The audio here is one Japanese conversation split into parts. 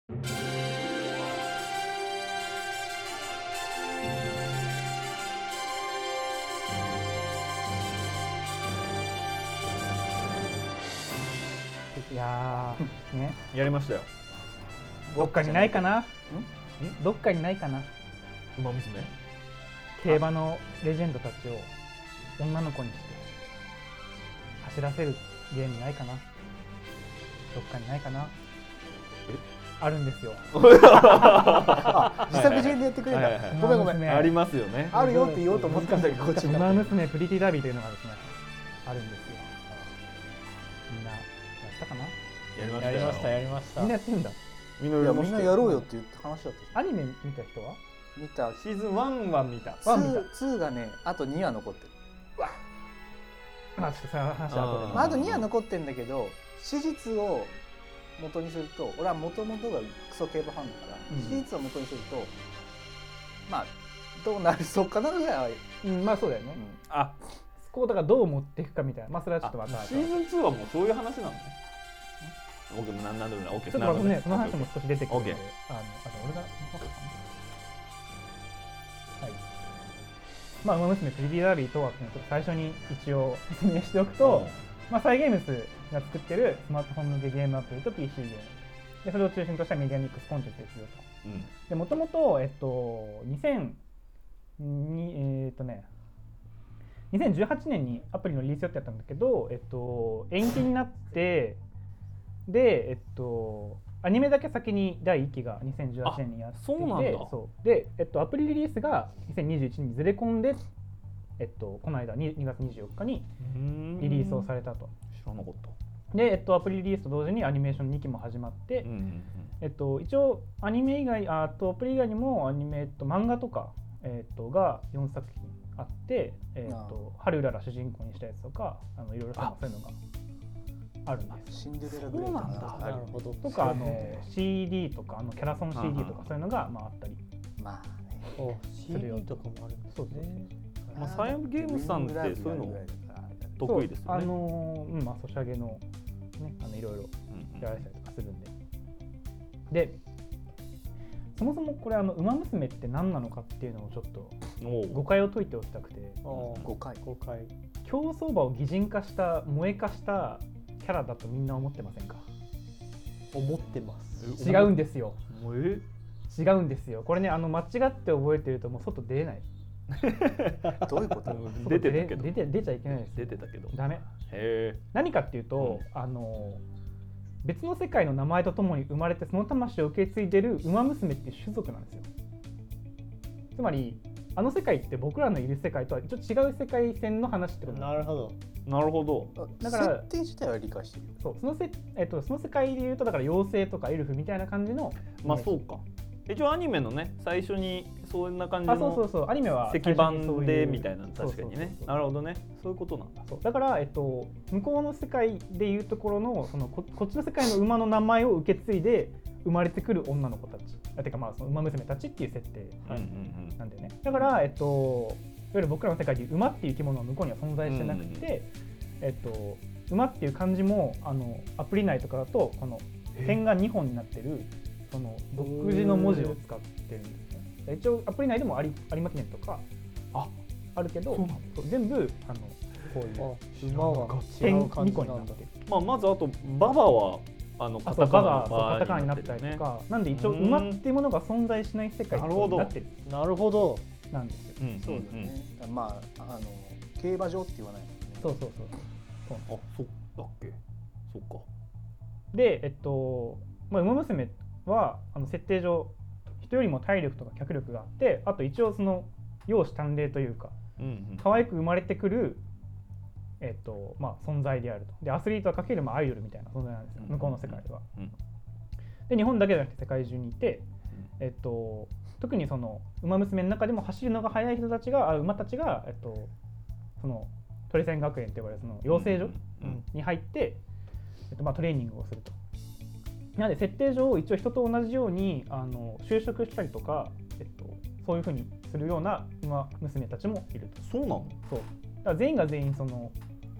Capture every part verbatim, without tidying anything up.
いやーね、 やりましたよ。 どっかにないかな。んどっかにないかな。 ウマ娘。 競馬のレジェンドたちを女の子にして走らせるゲームないかな。どっかにないかな。あるんですよ。 あ、自作自演でやってくれた。ごめんごめん。 ありますよね。 あるよって言おうと思ったんだけど、こっちに。 ウマ娘プリティダービーというのがですね、あるんですよ。みんなやったかな。 やりましたやりましたやりました。 みんなやってんだ。 みんなみんなやろうよって言って話だった。 アニメ見た人は？ 見た。 シーズンワンは見た。 ワン見た。 ツーがね、あとには残ってる。 わ。まあちょっとその話は後で。 まああとには残ってるんだけど、史実を元にすると、俺は元々がクソ競馬ファンだから、うん、史実を元にすると、まあどうなりそうかなぐらいは、 うん、まあそうだよね。うん、あ、スコーダがどう持っていくかみたいな。まあそれはちょっとまた。 シーズンツーはもうそういう話なのね。オッケー、なんなんでもない。オッケー。 ちょっとまたね、その話も少し出てくるので、 あの、 あと俺が、はい。まあ、ウマ娘プリティダービーとは最初に一応説明しておくと、うん、まあサイゲームスが作ってるスマートフォン向けゲームアプリと ピーシー ゲームで、それを中心としたメディアミックスコンテンツですよと。うん、で、もともとえっとにせんにえー、っとね。にせんじゅうはちねんにアプリのリリース予定だったんだけど、えっと延期になって。で、えっと、アニメだけ先にだいいっきがにせんじゅうはちねんにやってて、 そうなんだ。 そうで、えっと、アプリリリースがにせんにじゅういちねんにずれ込んで、えっと、この間にがつにじゅうよっかにリリースをされたと。 知らなかった。 で、えっと、アプリリリースと同時にアニメーションにきも始まって、うんうんうん、えっと、一応アニメ以外、あとアプリ以外にもアニメ、えっと、漫画とか、えっと、がよんさくひんあって、えっと、春うらら主人公にしたやつとか、あのいろいろそういうのが。あるんです。 シンデレラグレーなんだ。なるほど。とかあの シーディー とかあのキャラソン シーディー とかそういうのがまああったり。 まあね。 シーディー とかもあるんですね。 まあサイエンゲームさんってそういうの得意ですよね。 あのうんまあソシャゲのねあのいろいろやられたりとかするんで。で、そもそもこれあのウマ娘って何なのかっていうのをちょっと誤解を解いておきたくて。 誤解。 誤解。 競走馬を擬人化した萌え化したキャラだとみんな思ってませんか？ 思ってます。 違うんですよ。 え？ 違うんですよ。これね、あの間違って覚えてるともう外出れない。 どういうこと？ 出てたけど。 出て出ちゃいけないです。 出てたけど。 ダメ。 へえ。 何かっていうと、うん、あの別の世界の名前とともに生まれてその魂を受け継いでるウマ娘っていう種族なんですよ。つまりあの世界って僕らのいる世界とはちょっと違う世界線の話ってことなるほど。 なるほど。 だから設定自体は理解してるよ。 そう、そのせ、えっと、その世界でいうとだから妖精とかエルフみたいな感じの。 まあそうか。一応アニメのね最初にそんな感じの。 あ、そうそうそう。アニメは石板でみたいな確かにね。なるほどね。そういうことなんだ。 そうだからえっと向こうの世界でいうところのその こ, こっちの世界の馬の名前を受け継いで生まれてくる女の子たち。あてかまあその馬娘たちっていう設定なんだよね。だからえっと。いわゆる僕らの世界で馬っていう生き物は向こうには存在してなくて、えっと、馬っていう漢字もあのアプリ内とかだとこの点がにほんになってるその独自の文字を使ってるんですね。一応アプリ内でも有馬記念とか あ, あるけどそう全部あのこういう馬が点にこになってる。 まあ、まずあとババはあのカタカナがカタカナになったりとか、なんで一応馬っていうものが存在しない世界になってる。 なるほど。 なんですよ。 うん、そうだね。うん、まああの競馬場って言わないもんね。 そうそうそうそう。あ、そっだっけ。そっか。 で、えっと、まあ、ウマ娘はあの設定上人よりも体力とか脚力があって、あと一応その容姿端麗というか、うんうん、可愛く生まれてくるえっとまあ存在であると。で、アスリートはかけるまあアイドルみたいな存在なんですよ。向こうの世界では。うんうん、で、日本だけじゃなくて世界中にいて、えっと。特にその馬娘の中でも走るのが速い人たちがあ馬たちが、えっと、そのトリセン学園と呼ばれるその養成所に入って、えっとまあ、トレーニングをすると。なので設定上一応人と同じようにあの就職したりとか、えっと、そういうふうにするような馬娘たちもいると。 そうなの？ そうだから全員が全員そのいわ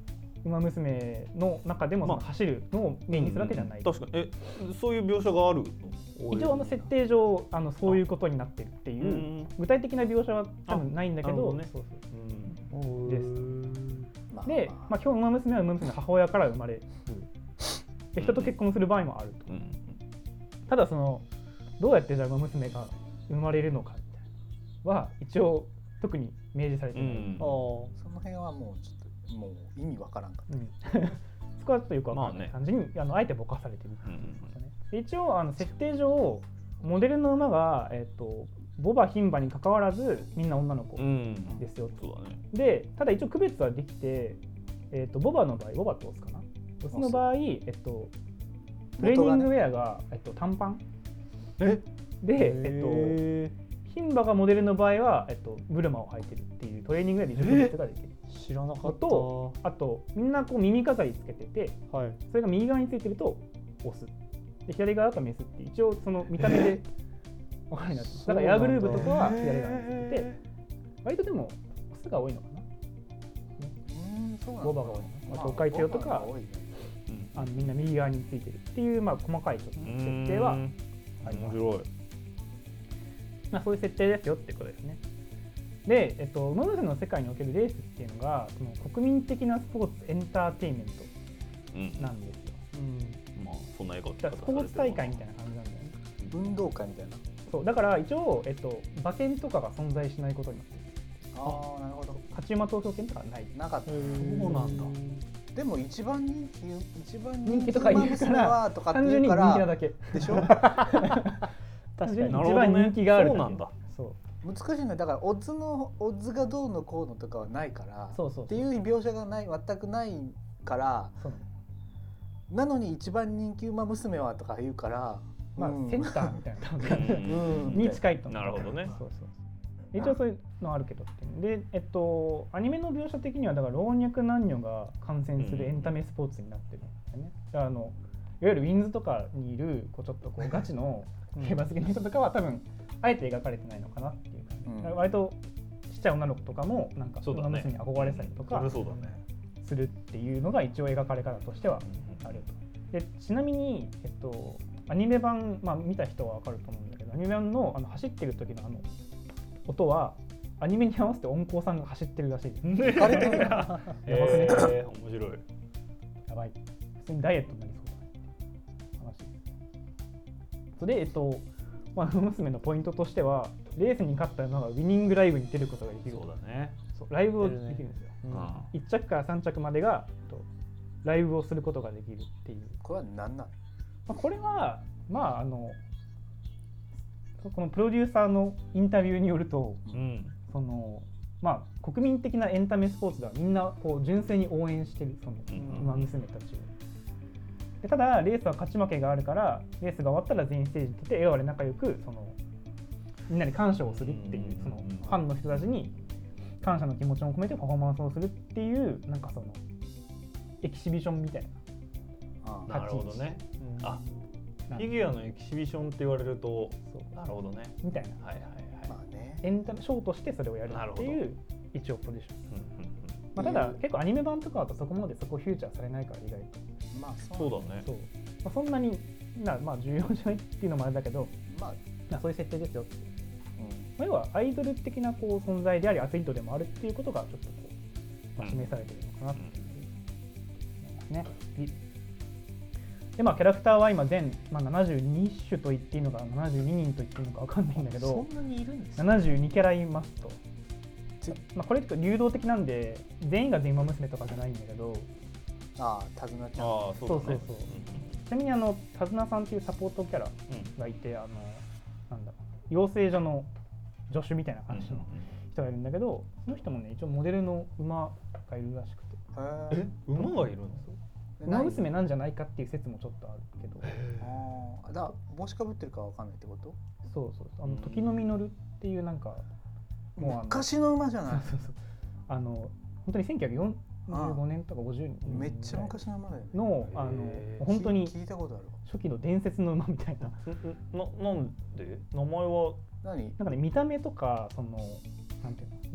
馬娘の中でもその走るのをメインにするわけじゃない、 うん、確かにえそういう描写があるの？ 一応あの設定上あのそういうことになってるっていう具体的な描写は多分ないんだけど、 ね、 そうそう、 うん、 です、 まあ、 で、まあ、今日馬娘は馬娘の母親から生まれるで人と結婚する場合もあると、うん、ただそのどうやってじゃあ馬娘が生まれるのかみたいなは一応特に明示されてない、うん、 その辺はもうちょっともう意味わからんかった、 うん、そこはちょっとよくわからない感じに、まあね、あのあえてぼかされてるっていうことね、うん、一応あの設定上モデルの馬が、えー、とボバ牝馬に関わらずみんな女の子ですよ、うん、そうだね、でただ一応区別はできて、えー、とボバの場合ボバとオスかな、オスの場合、えっと、トレーニングウェアが、えっと、短パンえで、えっと牝馬がモデルの場合は、えっと、ブルマを履いてるっていうトレーニングウェアで一応区別ができる。 知らなかった。 とあとみんなこう耳飾りつけてて、はい、それが右側についてるとオスで左側だとメスって一応その見た目で分かるようになってる。だからエアグルーヴとかは左側につけてて割とでもオスが多いのかな、うんそうなんだ、ボバが多いのかな、東海地方とか、あのみんな右側についてるっていう、まあ、細かい設定はあります。面白い。まあ、そういう設定ですよっていうことですね。で、えっと、馬娘の世界におけるレースっていうのがその国民的なスポーツエンターテインメントなんですよ。 うんうん、まあそんな映画スポーツ大会みたいな感じなんだよね。 運動会みたいな。 そうだから一応、えっと、馬券とかが存在しないことになってる。 ああなるほど。 勝ち馬投票券とかはない。 なかった。 そうなんだ。 でも一番人気一番人気とか言うから単純に人気なだけでしょ。 確かに一番人気がある。 そうなんだ。 そう難しいのだからオッズのオッズがどうのこうのとかはないからそうそうそうっていう描写がない全くないからなのに一番人気馬娘はとか言うからまあ、うん、センターみたいな感じに近いと思う。 なるほどね。 そうそう一応そういうのあるけどってでえっとアニメの描写的にはだから老若男女が観戦するエンタメスポーツになってるんだよね。だからあのいわゆるウィンズとかにいるこうちょっとこうガチの競馬好きな人とかは多分あえて描かれてないのかなっていう感じ、うん、割とちっちゃい女の子とかもなんか馬娘に憧れたりとかするっていうのが一応描かれ方としてはあると。でちなみに、えっと、アニメ版、まあ、見た人は分かると思うんだけどアニメ版 の, あの走ってる時のあの音はアニメに合わせて音効さんが走ってるらしいです。 浮かれてるやばくね。 えー、面白い。 やばい。普通にダイエットになりそうだ話。それでえっとまあ、娘のポイントとしてはレースに勝った馬がウィニングライブに出ることができる。 そうだね。 そうライブをできるんですよ、うん、いち着からさん着までがとライブをすることができるっていう。 これは何なの、まあ、これはまああのこのプロデューサーのインタビューによると、うん、そのまあ国民的なエンタメスポーツではみんなこう純粋に応援してるその馬娘たちを、でただレースは勝ち負けがあるからレースが終わったら全員ステージに出て笑顔で仲良くそのみんなに感謝をするっていうそのファンの人たちに感謝の気持ちを込めてパフォーマンスをするっていうなんかそのエキシビションみたいな。なるほどね。うん、あフィギュアのエキシビションって言われるとそうなるほどねみたいな、はいはいはいまあね、エンタメショーとしてそれをやるっていう一応ポジション、うんうんうんまあ、ただ結構アニメ版とかだとそこまでそこフューチャーされないから意外とまあそうだね。そう、 まあ、そんなにな、まあ、重要じゃないっていうのもあれだけど、まあ、そういう設定ですよって、うんまあ、要はアイドル的なこう存在でありアスリートでもあるっていうことがちょっとこう、まあ、示されているのかなっていう、うん、ね。でまあキャラクターは今全、まあ、ななじゅうに種と言っていいのかななじゅうににんと言っていいのか分かんないんだけどそんなにいるんですか。 ななじゅうにキャラいますと。まあ、これって流動的なんで全員が全員馬娘とかじゃないんだけどああ手綱ちゃんあそうそうそう、うん、ちなみにあの手綱さんっていうサポートキャラがいて、うん、あのなんだろう養成所の助手みたいな感じの人がいるんだけど、その人もね一応モデルの馬がいるらしくてえ馬がいるの馬娘なんじゃないかっていう説もちょっとあるけどあだ帽子かぶってるかわかんないってこと。 そうそうあの時の実っていうなんかもう昔の馬じゃない。 そうそうそうあの本当にせんきゅうひゃくよんじゅうごねんとかごじゅうねんめっちゃ昔の馬だよねのあの本当に聞いたことある初期の伝説の馬みたいなななんで名前は何なんかね見た目とかそのなんていうの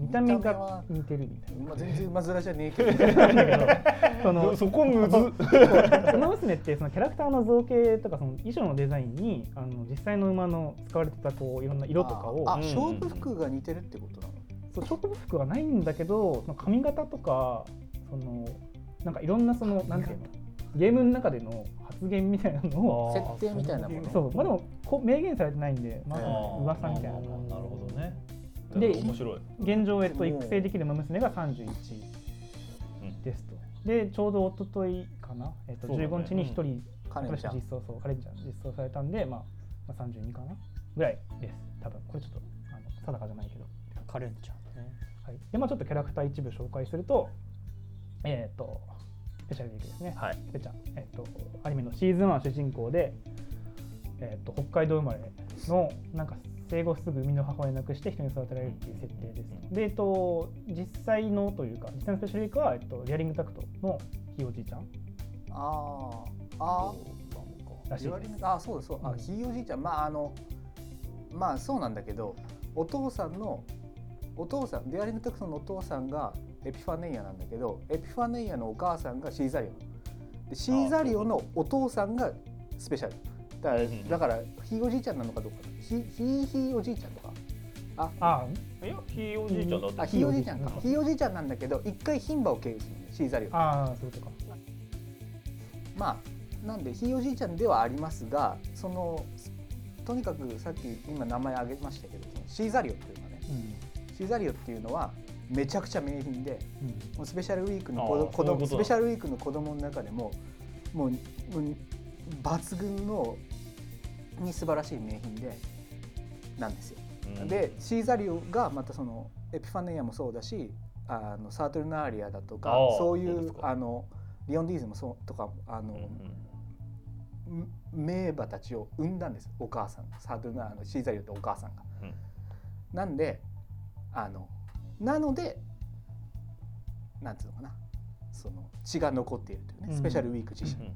見た目が似てるみたいな、 まあ、全然馬面じゃねえけどそのそこむずっ馬娘ってそのキャラクターの造形とかその衣装のデザインにあの実際の馬の使われてたこういろんな色とかをああ勝負服が似てるってことなの？ そう勝負服はないんだけどその髪型とかそのなんかいろんなそのなんていうのゲームの中での発言みたいなのを設定みたいなものそうまあでもこう明言されてないんでまあ噂みたいな。 なるほどね。 で面白い。 現状えっと育成できる馬娘がさんじゅういちですと。でちょうど一昨日かなえっとじゅうごにちにひとりカレンちゃん実装そうカレンちゃん実装されたんでまあさんじゅうにかなぐらいです多分これちょっとあの定かじゃないけどカレンちゃんね。 はい。でまあちょっとキャラクター一部紹介するとえっとスペシャルウィークですね。 はい。 スペちゃんえっとアニメのシーズンワン主人公でえっと北海道生まれのなんか生後すぐ生みの母親を亡くして人に育てられるっていう設定です。で、えっと、実際のというか実際のスペシャルウィークは、えっと、リアリングタクトのひいおじいちゃんあーあらしいです。 あそうですそうあひいおじいちゃんまああのまあそうなんだけどお父さんのお父さんリアリングタクトのお父さんがエピファネイアなんだけどエピファネイアのお母さんがシーザリオでシーザリオのお父さんがスペシャルだから、だからひいおじいちゃんなのかどうかひひひいおじいちゃんとかああいやひいおじいちゃんだってあひいおじいちゃんかひいおじいちゃんなんだけど一回牝馬を経由するのねシーザリオああそういうことかまあなんでひいおじいちゃんではありますがそのとにかくさっき今名前挙げましたけどシーザリオっていうのはね、うん、シーザリオっていうのはめちゃくちゃ名品で、うん、もうスペシャルウィークの子子供スペシャルウィークの子供の中でももう、もう抜群のに素晴らしい名品でなんですよ。うん、でシーザリオがまたそのエピファネイアもそうだしあのサートルナーリアだとかそういうあのリオンディーズもそうとかあの、うん、名馬たちを産んだんですお母さんサートルナーのシーザリオとお母さんが。うん、なんであのなのでなんていうのかなその血が残っているというね、うん、スペシャルウィーク自身。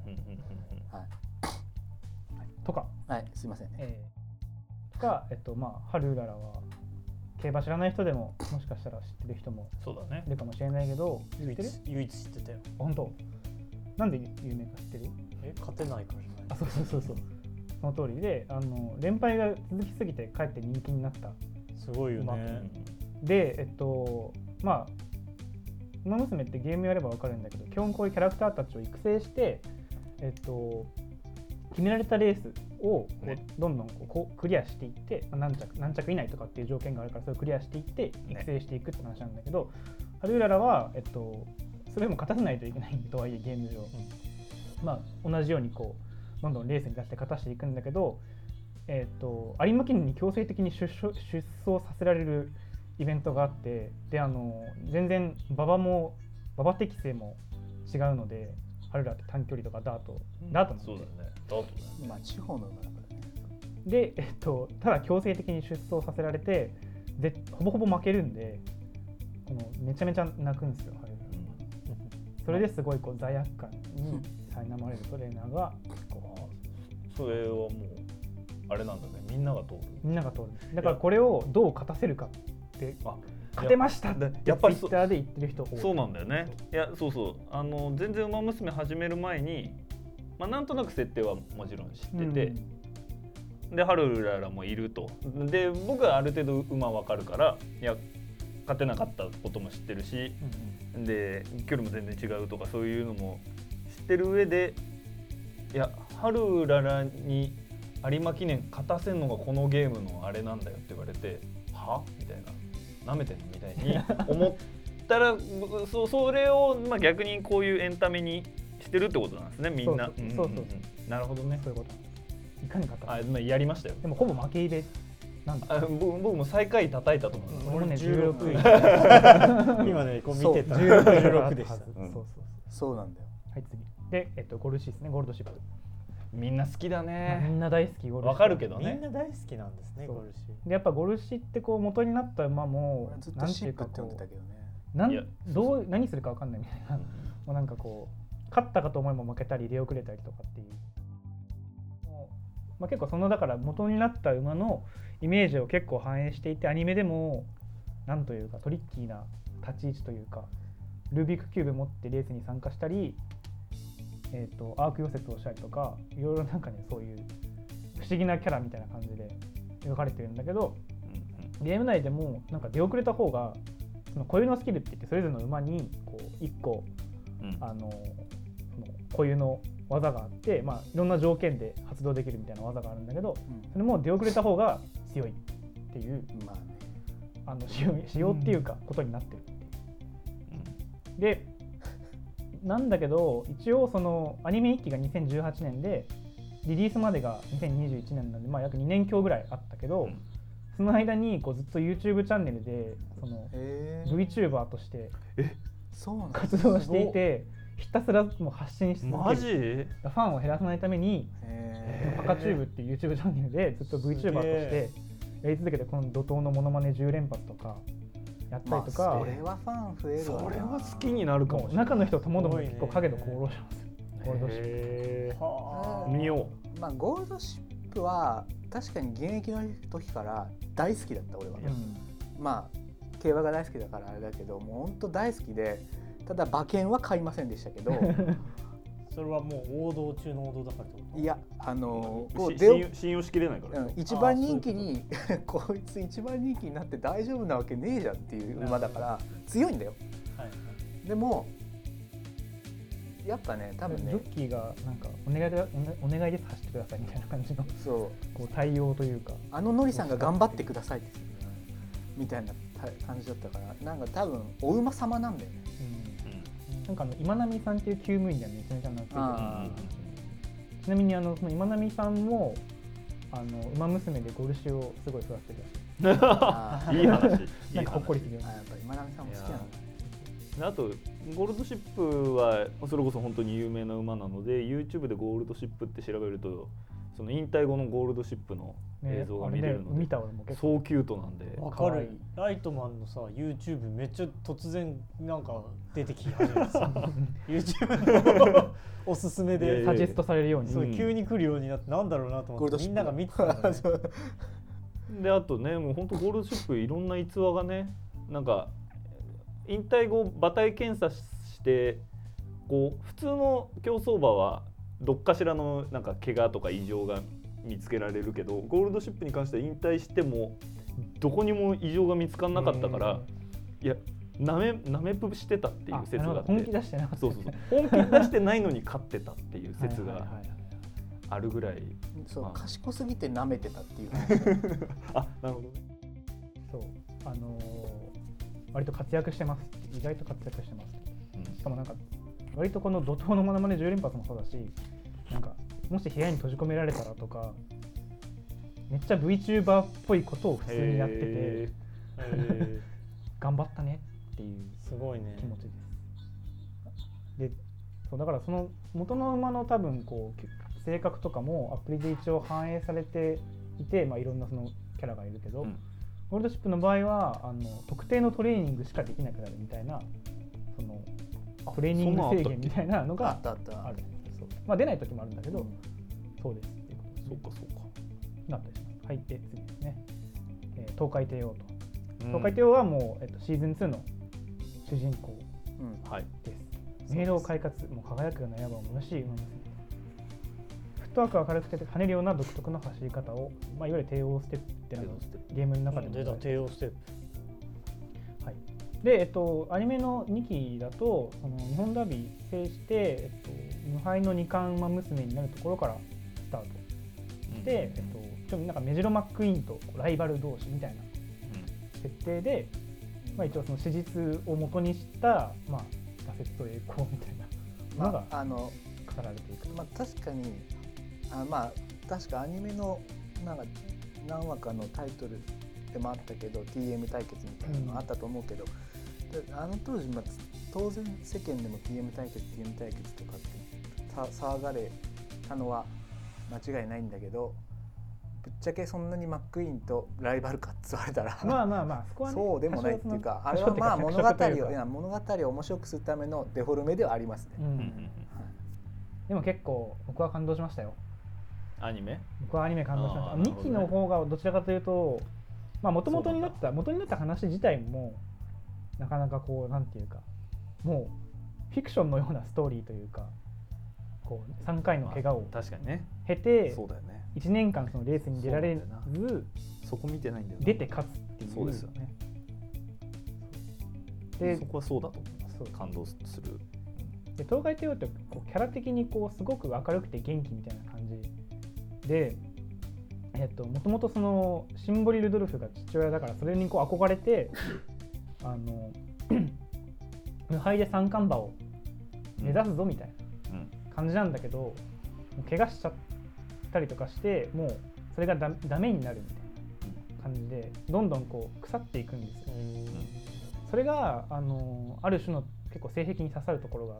とか、 はい、すいませんね。 えー、とか、えっとまあ、ハルウララは競馬知らない人でももしかしたら知ってる人もいるかもしれないけど、 唯一唯一知ってたよ。 本当。なんで有名か知ってる？ え、勝てないからじゃない。 あ、そうそうそうそう。その通りで、あの連敗が続きすぎてかえって人気になった。 すごいよね。 で、えっとまあ馬娘ってゲームやれば分かるんだけど、基本こういうキャラクターたちを育成して、えっと決められたレースをこうどんどんこうクリアしていって、ね、何着何着以内とかっていう条件があるからそれをクリアしていって育成していくって話なんだけど、ね、ハルウララは、えっと、それも勝たせないといけないとはいえゲーム上、うん、まあ同じようにこうどんどんレースに出して勝たしていくんだけど、えっと、有馬記念に強制的に出走、出走させられるイベントがあって、であの全然馬場も馬場適性も違うので。ハルウララって短距離とかダート、うん、ダートなんで、 そうだね、ダートだね。 まあ地方の馬だからね。 で、えっと、ただ強制的に出走させられて、でほぼほぼ負けるんで、このめちゃめちゃ泣くんですよ、ハルウララは。うん、それですごいこう罪悪感に苛まれるトレーナーがこう、それはもうあれなんだね、みんなが通る。 みんなが通る。だからこれをどう勝たせるかって。あ勝てましたってやっぱりツイッターで言ってる人多い。 そうなんだよね。いやそうそうあの全然馬娘始める前に、まあ、なんとなく設定はもちろん知ってて、うん、でハルウララもいるとで僕はある程度馬わかるからいや勝てなかったことも知ってるし、うんうん、で距離も全然違うとかそういうのも知ってる上でいやハルウララに有馬記念勝たせるのがこのゲームのあれなんだよって言われてはみたいな。舐めてんのみたいに思ったらそ, それを、まあ、逆にこういうエンタメにしてるってことなんですねみんな。 そうそうそう、うんうん、 なるほどね。 そういうこといかに勝ったあ、まあ、やりましたよ。 でもほぼ負け入れなんだ。 あ 僕, 僕も最下位叩いたと思う。 俺ねじゅうろくい今ねこう見てたじゅうろくでした。そうそうそうそうなんだよ。 はい次で、えっと、ゴールドシーですね。ゴールドシップみんな好きだね。 みんな大好きゴールシ。 わかるけどね。 みんな大好きなんですねゴールシ。 でやっぱゴルシってこう元になった馬もずっとシップって呼んでたけどね。 なんどう何するかわかんないみたいな。もうなんかこう勝ったかと思いも負けたり出遅れたりとかっていう。もうまあ結構そのだから元になった馬のイメージを結構反映していてアニメでもなんというかトリッキーな立ち位置というか、ルービックキューブ持ってレースに参加したり、えー、とアーク溶接をしたりとか、いろいろなんかねそういう不思議なキャラみたいな感じで描かれてるんだけど、ゲーム内でもなんか出遅れた方がその固有のスキルって言って、それぞれの馬にこういっこ、うん、あのその固有の技があって、まあ、いろんな条件で発動できるみたいな技があるんだけど、うん、それも出遅れた方が強いっていう、まあね、あの仕様、仕様っていうかことになってるっていう、うん、でなんだけど一応そのアニメいっきがにせんじゅうはちねんでリリースまでがにせんにじゅういちねんなんで、まあ、約にねん強ぐらいあったけど、うん、その間にこうずっと YouTube チャンネルでその VTuber として活動していて、ひたすらもう発信し続ける。 マジ？ ファンを減らさないためにパカチューブっていう YouTube チャンネルでずっと VTuber としてやり続けて、この怒涛のモノマネじゅう連発とかやったりとか、まあ、 それはファン増えるわな。 それは好きになるかもしれない。 中の人ともども結構影の功労者なんですよ。ゴールドシップはあ、見よう。まあゴールドシップは確かに現役の時から大好きだった俺は、うん、まあ競馬が大好きだからあれだけど、もう本当大好きで、ただ馬券は買いませんでしたけどそれはもう王道中の王道だからってこと？ いや、あのー、 信用、信用しきれないから、 うん、一番人気にこいつ一番人気になって大丈夫なわけねえじゃんっていう馬だから強いんだよ、はいはい、でもやっぱね、多分ね、 ジョッキーがなんかお願いでお願いです走ってくださいみたいな感じのそうこう対応というか、 あのノリさんが頑張ってくださいってみたいな感じだったから、なんか多分お馬様なんだよね、 うんうん、なんかあの今波さんっていう厩務員がめちゃめちゃなってる。ちなみにあのその今波さんもあの馬娘でゴルシュをすごい育ててるらしい。 いい話。 なんかほっこりするよ。 やっぱ今波さんも好きなんだ。 あとゴールドシップはそれこそ本当に有名な馬なので、 YouTube でゴールドシップって調べるとその引退後のゴールドシップの映像が見れるので、ね、 見た俺も結構そうキュートなんで。 わかる。ライトマンのさ YouTube めっちゃ突然なんか出てき始めてさYouTube のおすすめでサジェストされるように、 そう急に来るようになって、なんだろうなと思ってみんなが見てたんだねで、あとね、もう本当ゴールドシップいろんな逸話がね、なんか引退後馬体検査してこう普通の競走馬はどっかしらのなんか怪我とか異常が見つけられるけど、ゴールドシップに関しては引退してもどこにも異常が見つからなかったから、いやなめなめぷしてたっていう説があって、 本気出してなかった、 そうそうそう本気出してないのに勝ってたっていう説があるぐらい、 そう、まあ、賢すぎてなめてたっていうあ、なるほどね。 そう、あのー割と活躍してます、意外と活躍してます、うん、しかもなんか割とこの怒涛のモノマネじゅう連発もそうだし、なんかもし部屋に閉じ込められたらとか、めっちゃ VTuber っぽいことを普通にやってて頑張ったねっていうすごいね気持ちです。で、そうだからその元の馬の多分こう性格とかもアプリで一応反映されていて、まあ、いろんなそのキャラがいるけど、うん、ゴールドシップの場合はあの特定のトレーニングしかできなくなるみたいな、そのトレーニング制限みたいなのがある。そう、まあ出ない時もあるんだけど、うん、そうですっていうことです、ね。 そうかそうか。 なったりします。はい、で次ですね。えー、東海帝王と。うん、東海帝王はもう、えっと、シーズンツーの主人公です。明朗快活、もう輝くような刃をむなしい馬娘。フットワークが軽くて跳ねるような独特の走り方を、まあ、いわゆる帝王ステップっていうのがゲームの中でも、 出た帝王ステップ。 はい。で、えっと、アニメのにきだとその日本ダービー制して、えっと、無敗の二冠馬娘になるところからスタート、うん、で、えっと、ちょっとなんかメジロマックイーンとライバル同士みたいな設定で、うん、まあ、一応その史実を元にした、まあ、挫折と栄光みたいなのが語られていく。 まあ、確かにあまあ確かアニメのなんか何話かのタイトルでもあったけど ティーエム 対決みたいなのあったと思うけど、うん、あの当時、まあ、当然世間でも ティーエム 対決 ティーエム 対決とかって騒がれたのは間違いないんだけど、ぶっちゃけそんなにマックイーンとライバルかって言われたらまあまあまあそこは、ね、 そうでもないっていうか、あれはまあ物語をいや物語を面白くするためのデフォルメではありますね、うん、はい、 でも結構僕は感動しましたよ。 アニメ？ 僕はアニメ感動しました。にきの方がどちらかというと、 まあ元々になった元になった話自体もなかなかこうなんていうかもうフィクションのようなストーリーというかこうさんかいの怪我を確かにね経てそうだよねいちねんかんそのレースに出られずそこ見てないんだよ出て勝つっていうそうですよねでそこはそうだと思いますそう感動するで東海帝王ってこうキャラ的にこうすごく明るくて元気みたいな感じでえっともともとそのシンボリ・ルドルフが父親だからそれにこう憧れてあの無敗で三冠馬を目指すぞみたいな感じなんだけど、もう怪我しちゃったりとかしてもうそれがダダメになるみたいな感じでどんどんこう腐っていくんですよ。それがあのある種の結構性癖に刺さるところがあって、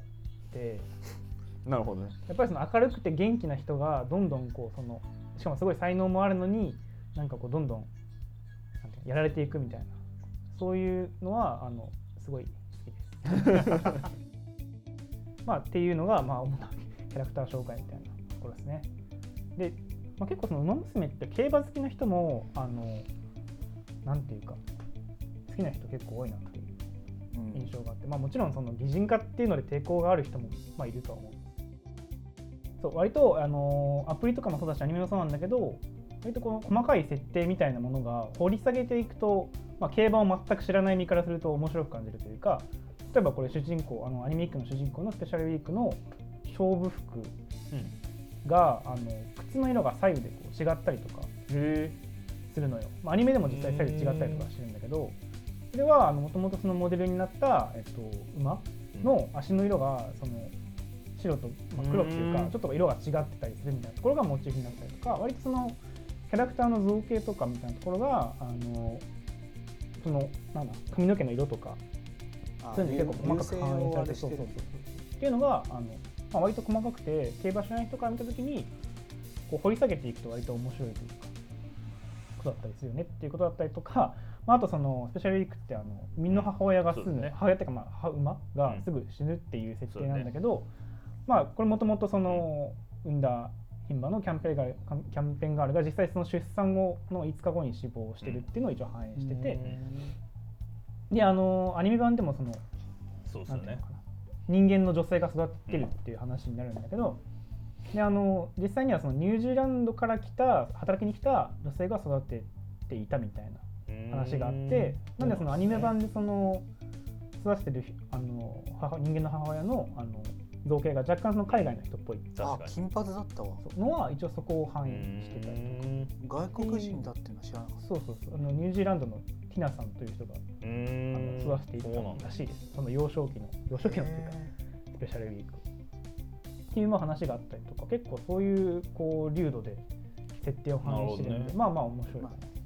なるほどね。 やっぱりその明るくて元気な人がどんどんこうそのしかもすごい才能もあるのになんかこうどんどんなんてやられていくみたいなそういうのはあのすごい好きです。まあっていうのがまあ主なキャラクター紹介みたいなところですね。で、まあ、結構その馬娘って競馬好きな人もあのなんていうか好きな人結構多いなっていう印象があって、うん、まあもちろんその擬人化っていうので抵抗がある人もまあいるとは思う。そう割とあのアプリとかもそうだしアニメもそうなんだけど割とこの細かい設定みたいなものが掘り下げていくと、まあ、競馬を全く知らない身からすると面白く感じるというか、例えばこれ主人公あのアニメウィークの主人公のスペシャルウィークの勝負服が、うん、あの靴の色が左右でこう違ったりとかするのよ。まあ、アニメでも実際左右違ったりとかしてるんだけど、それはもともとそのモデルになった、えっと、馬の足の色がその白と、まあ、黒っていうかちょっと色が違ってたりするみたいなところがモチーフになったりとか、割とそのキャラクターの造形とかみたいなところがあのそのなんだ髪の毛の色とかそういうの結構細かく反映されてそうそうそうっていうのがあの、まあ、割と細かくて競馬知らない人から見た時にこう掘り下げていくと割と面白いというかことだったりするよねっていうことだったりとか、まあ、あとそのスペシャルウィークってあのみんな母親がすぐ、ね、母親っていうかまあ馬がすぐ死ぬっていう設定なんだけど、うんね、まあこれもともとその産んだ牝馬のキャンペーンガール、キャンペーンガールが実際その出産後のいつかごに死亡してるっていうのを一応反映してて、うん、であのアニメ版でもそのそうですよね、 人間の女性が育ってるっていう話になるんだけど、であの実際にはそのニュージーランドから来た働きに来た女性が育てていたみたいな話があって、なんでそのアニメ版でその育ててるあの母人間の母親のあの造形が若干その海外の人っぽい。 あ、金髪だったわ。 のは一応そこを反映してたりとか。外国人だっていうのは知らなかった。 そうそうそう。あのニュージーランドのティナさんという人があの育てていたらしいです。その幼少期の幼少期のっていうかスペシャルウィークっていう話があったりとか、結構そういうこう流度で設定を反映してるので、ね、まあまあ面白いかなっていう。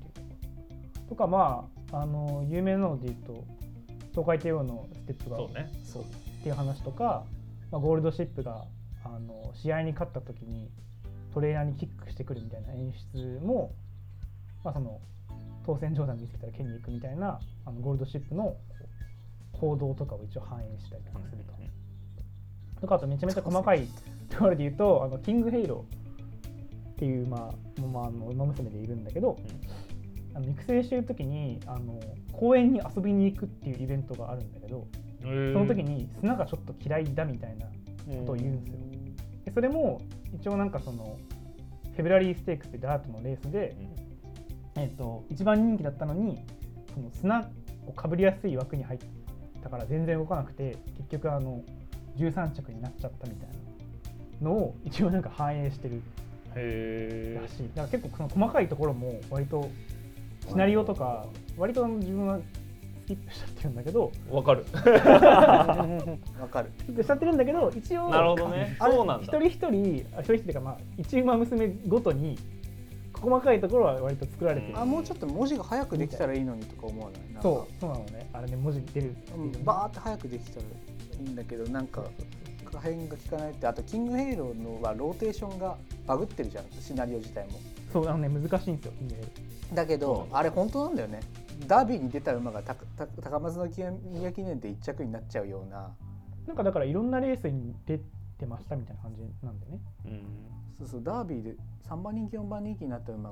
とかまああの有名なので言うと東海帝王のステップがそうね。 そうっていう話とか。まあ、ゴールドシップがあの試合に勝った時にトレーナーにキックしてくるみたいな演出も、まあ、その当選状態見つけたら蹴りに行くみたいなあのゴールドシップの行動とかを一応反映したりとかすると、うんうん、とかあとめちゃめちゃ細かいところで言うとあのキングヘイローっていう、まあまあ、あの馬娘でいるんだけど、うん、あの育成してる時にあの公園に遊びに行くっていうイベントがあるんだけど、その時に砂がちょっと嫌いだみたいなことを言うんですよ。でそれも一応なんかそのフェブラリーステークスでダートのレースで、うんえー、と一番人気だったのにその砂をかぶりやすい枠に入ったから全然動かなくて結局あのじゅうさん着になっちゃったみたいなのを一応なんか反映してるらしい。だから結構その細かいところも割とシナリオとか割と自分はスキップしちゃってるんだけど、 わかるわかるスキップしちゃってるんだけど一応なるほどね、そうなんだ。 一人一人一人一人っていうかまあ一馬娘ごとに細かいところは割と作られてる。 あもうちょっと文字が早くできたらいいのにとか思わない？なんかそうそうなのね。あれね文字出る、 うん、バーって早くできたらいいんだけどなんか可変が効かないって。あとキングヘイローのはローテーションがバグってるじゃんシナリオ自体も。 そうあのね難しいんですよキングヘイローだけど、うん、あれ本当なんだよね。ダービーに出た馬がたた高松宮記念でいっ着になっちゃうような。 なんかだからいろんなレースに出てましたみたいな感じなんでね。 うん、そうそうダービーでさんばん人気よんばん人気になった馬が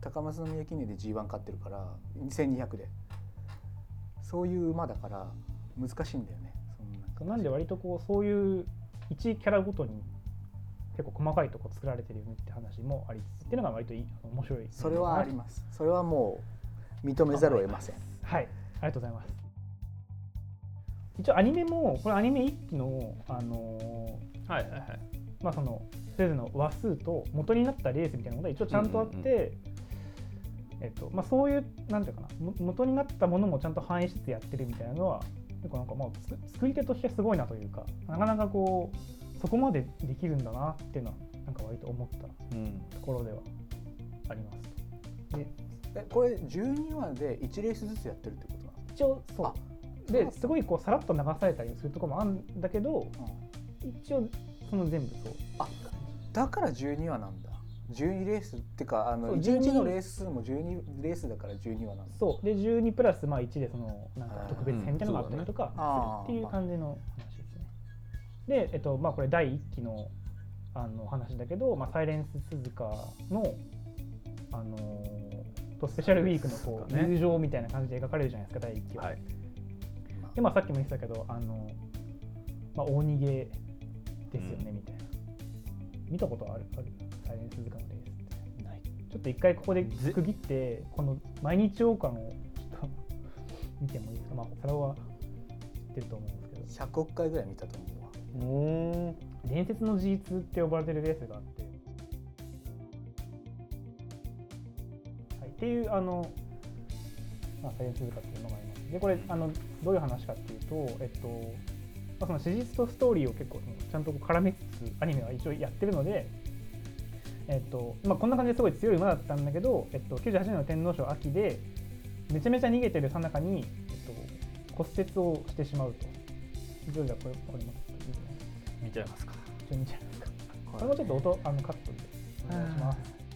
高松宮記念で ジーワン 勝ってるからせんにひゃくでそういう馬だから難しいんだよね。そのなんかなんで割とこうそういういちキャラごとに結構細かいとこ作られてるよねって話もありつつっていうのが割といい面白い。 それはあります。それはもう認めざるを得ません。 はい、ありがとうございます。一応アニメもこれアニメいっきのあのー、はいはいはいまあそのそれぞれの話数と元になったレースみたいなのが一応ちゃんとあって、うんうんうん、えっとまあそういうなんていうかな元になったものもちゃんと反映しつつやってるみたいなのは結構なんかまあ作り手としてすごいなというかなかなかこうそこまでできるんだなっていうのはなんか割と思ったところではあります。でえこれじゅうにわでいちレースずつやってるってことなの？ 一応そうですごいこうさらっと流されたりするところもあるんだけど、うん、一応その全部そうあだからじゅうにわなんだ。じゅうにレースってかあのいちにちのレース数もじゅうにレースだからじゅうにわなんだ。 そうでじゅうにプラスまあいちでそのなんか特別編みたいなのがあったりとかするっていう感じの話ですね。でえっとまあこれだいいっきのあの話だけど、まあ、サイレンス鈴鹿のあのー、とスペシャルウィークのこう、ね、友情みたいな感じで描かれるじゃないですかだいいっきは。はい、でまあさっきも言ってたけどあの、まあ、大逃げですよね、うん、みたいな。見たことある？あるサイレンス鈴鹿のレースってない。ちょっと一回ここで区切ってこの毎日王冠をちょっと見てもいいですか。まあそれは知ってると思うんですけどひゃくおくかいぐらい見たと思うわ。 お伝説の ジーツー って呼ばれてるレースがあって、はい、っていうあの、まあ、サイレンス鈴鹿っていうのがあります。でこれあのどういう話かっていうと、えっとまあ、その史実とストーリーを結構ちゃんと絡めつつアニメは一応やってるので、えっとまあ、こんな感じですごい強い馬だったんだけど、えっと、きゅうじゅうはちねんの天皇賞秋でめちゃめちゃ逃げてるさなかに、えっと、骨折をしてしまうと。どうだこれこれも見ちゃいますか。 ちょ見ちゃいますか。これもちょっと音あのカットでお願いします。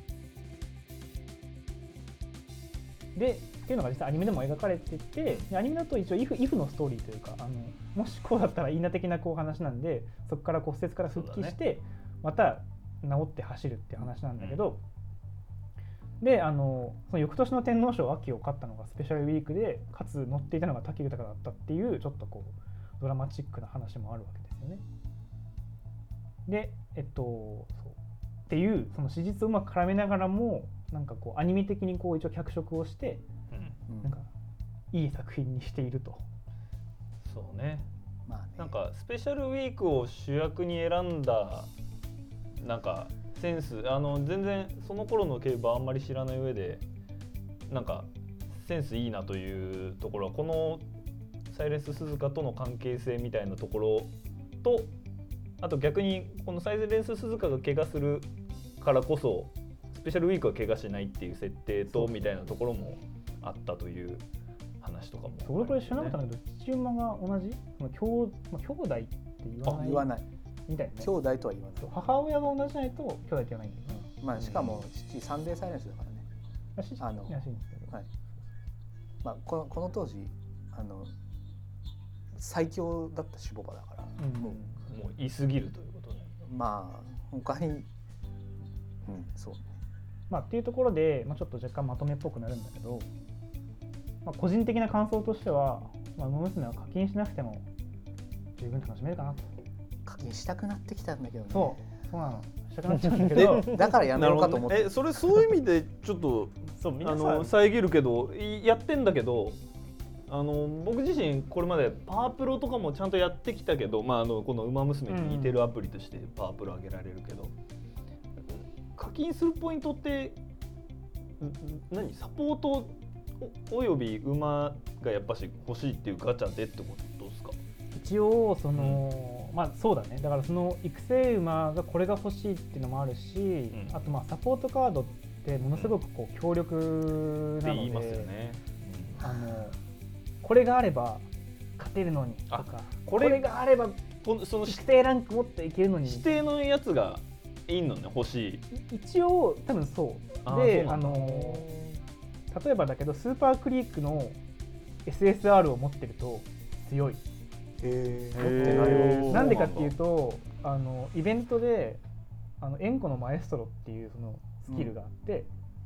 でっていうのが実際アニメでも描かれてて、アニメだと一応イフイフのストーリーというか、あのもしこうだったらいいな的なこう話なんで、そこから骨折から復帰して、ね、また治って走るっていう話なんだけど、うん、であのその翌年の天皇賞秋を勝ったのがスペシャルウィークで、かつ乗っていたのが武豊だったっていうちょっとこうドラマチックな話もあるわけですよね。でえっとそうっていうその史実をうまく絡めながらもなんかこうアニメ的にこう一応脚色をして、うん、なんかいい作品にしていると。 そうね。まあね、なんかスペシャルウィークを主役に選んだなんかセンスあの全然その頃の競馬あんまり知らない上でなんかセンスいいなというところはこのサイレンス鈴鹿との関係性みたいなところと、あと逆にこのサイレンス鈴鹿が怪我するからこそスペシャルウィークは怪我しないっていう設定とみたいなところもあったという話とかも、ね、 俺これ知らなかったんだけど父馬が同じ兄、まあ、兄弟って言わない。 言わないみたいな、ね、 兄弟とは言わない。 母親が同じじゃないと兄弟って言わないんだよね、 うんまあ、しかも父サンデーサイレンスだからね。あのらしいんですけど、はいまあ、このこの当時あの最強だった種牡馬だから、 うん、もうもう言い過ぎるということで、 まあ他に、うん、そうね。 まあっていうところで、まあ、ちょっと若干まとめっぽくなるんだけど、まあ、個人的な感想としては、まあ、馬娘は課金しなくても十分楽しめるかなと。 課金したくなってきたんだけどね。 そうそうなの。したくなっちゃうんだけどだからやめようかと思って、 ね、えそれそういう意味でちょっとそうあの遮るけどやってんだけど。あの僕自身これまでパワープロとかもちゃんとやってきたけど、まあ、あのこの馬娘に似てるアプリとしてパワープロ上げられるけど、うん、課金するポイントって何サポート お, および馬がやっぱし欲しいっていうガチャでってことですか？ 一応その、うん、まあそうだね。だからその育成馬がこれが欲しいっていうのもあるし、うん、あとまあサポートカードってものすごくこう強力なので、 言いますよね。 うん、あのこれがあれば勝てるのにとか、これがあればその指定ランク持っていけるのに、 指定のやつがいいのね欲しい。一応多分そうで、あの例えばだけどスーパークリークの エスエスアール を持ってると強い。 へーなんでかっていうとあのイベントであのエンコのマエストロっていうそのスキルがあって、うん、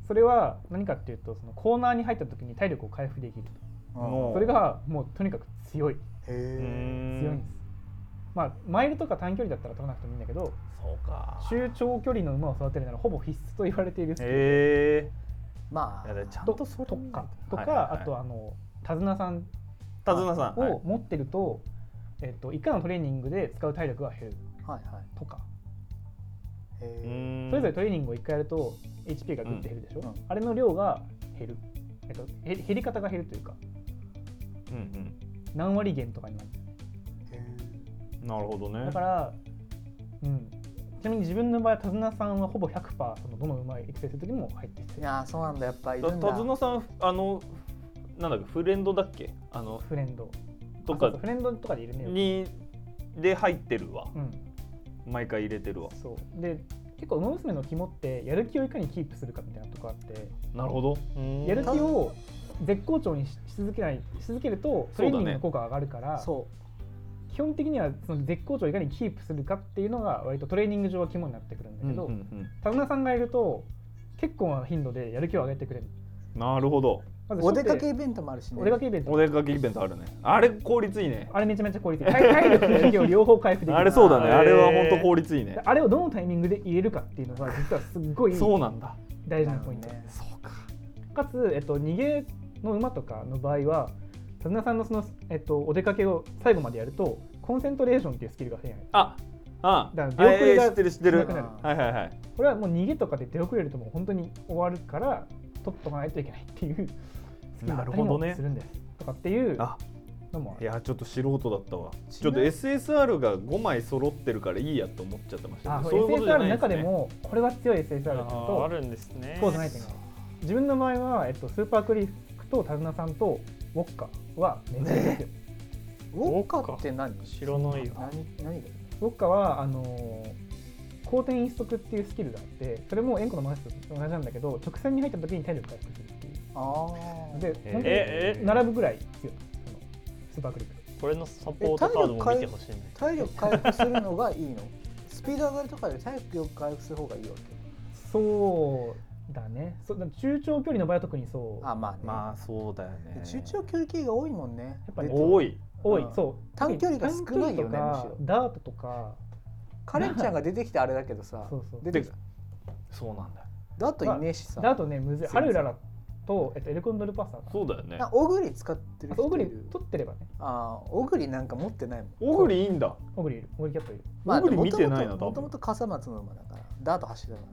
それは何かっていうとそのコーナーに入った時に体力を回復できると。それがもうとにかく強い。 へ強いんです。まあマイルとか短距離だったら取らなくてもいいんだけど、 そうか。 中長距離の馬を育てるならほぼ必須と言われている。へえ。 まあちゃんとそれとかとか、あとあの手綱さん手綱さんを持ってると、えっといかのトレーニングで使う体力が減るとか。それぞれトレーニングをいっかいやると エイチピー がグッて減るでしょ、うん、あれの量が減る、えっと、減り方が減るというか、うんうん、何割減とかになる。 なるほどね。 だから、うん、ちなみに自分の場合手綱さんはほぼ ひゃくパーセント そのどの馬を育成する時も入ってきてる。 いやそうなんだ、やっぱり手綱さんあのなんだっけフレンドだっけあのフレンドとかフレンドとかでいるねにで入ってるわ、うん、毎回入れてるわ。 そうで結構馬娘の肝ってやる気をいかにキープするかみたいなとこあって、 なるほど。 やる気を絶好調に し, し続けないし続けるとトレーニングの効果が上がるから、そう、基本的にはその絶好調をいかにキープするかっていうのが割とトレーニング上は肝になってくるんだけど、うんうんうん、手綱さんがいると結構な頻度でやる気を上げてくれる。 なるほど。 お出かけイベントもあるしね。 お出かけイベント。 お出かけイベントあるね。あれ効率いいね。 あれめちゃめちゃ効率いい。体力とやる気を両方回復できる。 あれそうだね。あれは本当効率いいね。 あれをどのタイミングで入れるかっていうのが実はすっごいそうなんだ。 大事なポイント。 そうか。 かつえっと逃げの馬とかの場合は手綱さんのそのえっとお出かけを最後までやるとコンセントレーションっていうスキルが手に入る。 あ、あ、 だから出遅れが知ってる知ってる。 なくなる。 はいはいはい。 これはもう逃げとかで出遅れるともう本当に終わるから取っとかないといけないっていう。 なるほどね。 するんですとかっていうのもある。いやちょっと素人だったわ。ちょっと エスエスアール がごまい揃ってるからいいやと思っちゃってましたけど、 そういうことじゃないですね。エスエスアール の中でもこれは強い エスエスアール とあるんですね。 そうじゃない点がある。自分の場合はえっとスーパークリックと手綱さんとウォッカはめっちゃ強い。 ウォッカって何？ 知らないよ。 何何だ？ ウォッカはあの後転一足っていうスキルがあって、それも円弧のマスと同じなんだけど直線に入った時に体力回復するっていう。あで本当に並ぶぐらい強いスーパークリック。 これのサポートカードも見てほしいね。 体力回復するのがいいの？スピード上がるとかで体力回復する方がいいわけ？ そうだね。そ中長距離の場合は特にそう。 あ、まあね。 まあそうだよね。 中長距離系が多いもんね。 やっぱり多い。 多い。そう。 短距離が少ないよね。むしろ。 ダートとか。 カレンちゃんが出てきてあれだけどさ。 そうそう。 出てきた。 そうなんだよ。 ダートいねえしさ。 ダートねむずい。ハルララとえっとエルコンドルパサー。 そうだよね。 オグリ使ってる人いる。 オグリ取ってればね。 ああ、オグリなんか持ってないもん。 オグリいいんだ。 オグリいる。オグリキャットいる。 オグリ見てないな。 もともと笠松の馬だからダート走ってたから。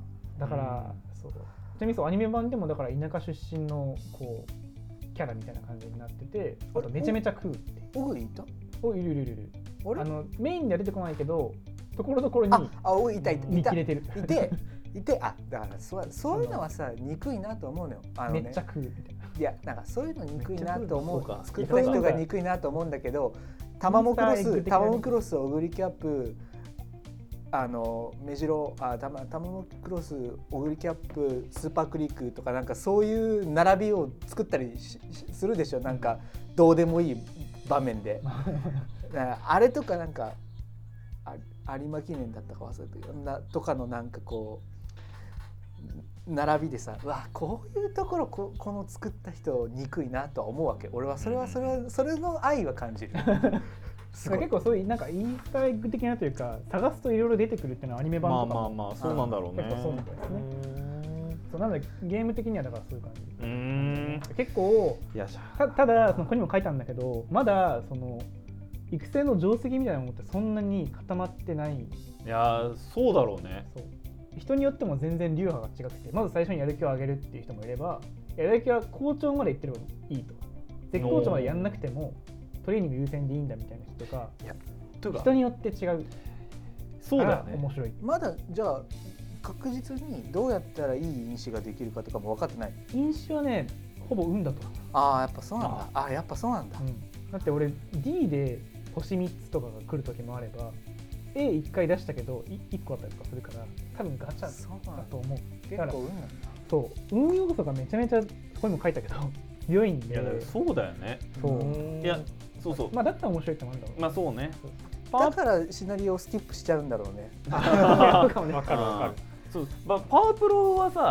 だからそう。ちなみにそうアニメ版でもだから田舎出身のこうキャラみたいな感じになってて、あとめちゃめちゃ食うって。 オグリいた？ おいるいるいるいる。あのメインでは出てこないけど、ところどころにあ、おいたいた見切れてる。 いていてあだからそうそういうのはさ憎いなと思うのよ。あのね、めっちゃ食うみたいな。 いやなんかそういうの憎いなと思う。作った人が憎いなと思うんだけど、タマモクロスタマモクロスオグリキャップ。あのメジロあタマタマモクロスオグリキャップスーパークリックとかなんかそういう並びを作ったりするでしょ。なんかどうでもいい場面であれとかなんか有馬記念だったか忘れたけどなとかのなんかこう並びでさ、うわこういうところ こ, この作った人憎いなとは思うわけ。俺はそれはそれはそれの愛は感じる結構そういうなんかイースターエッグ的なというか探すといろいろ出てくるっていうのはアニメ版とかもまあまあまあそうなんだろうね。 結構そうみたいですね。そうなのでゲーム的にはだからそういう感じ。うーん結構た, ただそのここにも書いたんだけど、まだその育成の定石みたいなものってそんなに固まってない。いやそうだろうね。 そう人によっても全然流派が違くて、まず最初にやる気を上げるっていう人もいれば、やる気は好調までいってればいいと、絶好調までやんなくてもトレーニング優先でいいんだみたいな人とか、いやとか人によって違う。 そうだよね。 面白い。 まだじゃあ確実にどうやったらいい飲酒ができるかとかも分かってない。 飲酒はねほぼ運だと。 ああやっぱそうなんだ。ああやっぱそうなんだ、うん、だって俺 D で星みっつとかが来る時もあれば エーいっ 回出したけどいっこあったりとかするから多分ガチャだと思う。 結構運なんだ。 そう運要素がめちゃめちゃここにも書いたけど強いんで。 いやそうだよね。 そういやそうそう。 まあだったら面白いってもあるんだろう。 まあそうね。 だからシナリオをスキップしちゃうんだろうね。 わかるわかる。 そう、まあ、パワープロはさ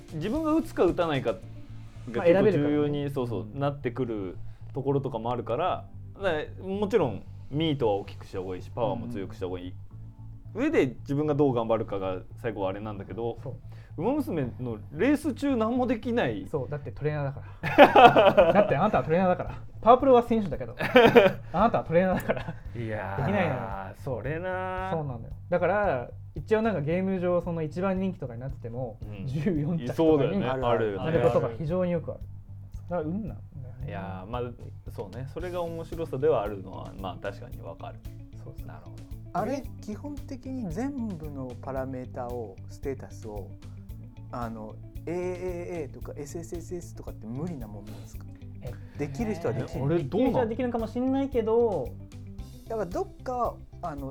自分が打つか打たないかが結構重要にそうそうなってくるところとかもあるから、だからもちろんミートは大きくした方がいいしパワーも強くした方がいい、うん、上で自分がどう頑張るかが最後はあれなんだけど、ウマ娘のレース中何もできない。 そうだってトレーナーだからだってあなたはトレーナーだから、パワープロは選手だけどあなたはトレーナーだからいやできないのよ。 それなそうなんだよ。だから一応なんかゲーム上その一番人気とかになってても、うん、じゅうよん着とかになることが非常によくある。だから運なんだよね。 いやまあそうね、それが面白さではあるのはまあ確かにわかる。そうです。なるほど。 あれ基本的に全部のパラメータをステータスをあの エーエーエー とか エスエスエスエス とかって無理なもんなんですか？できる人はできる。 俺どうなの？できるかもしれないけど、 だからどっかあの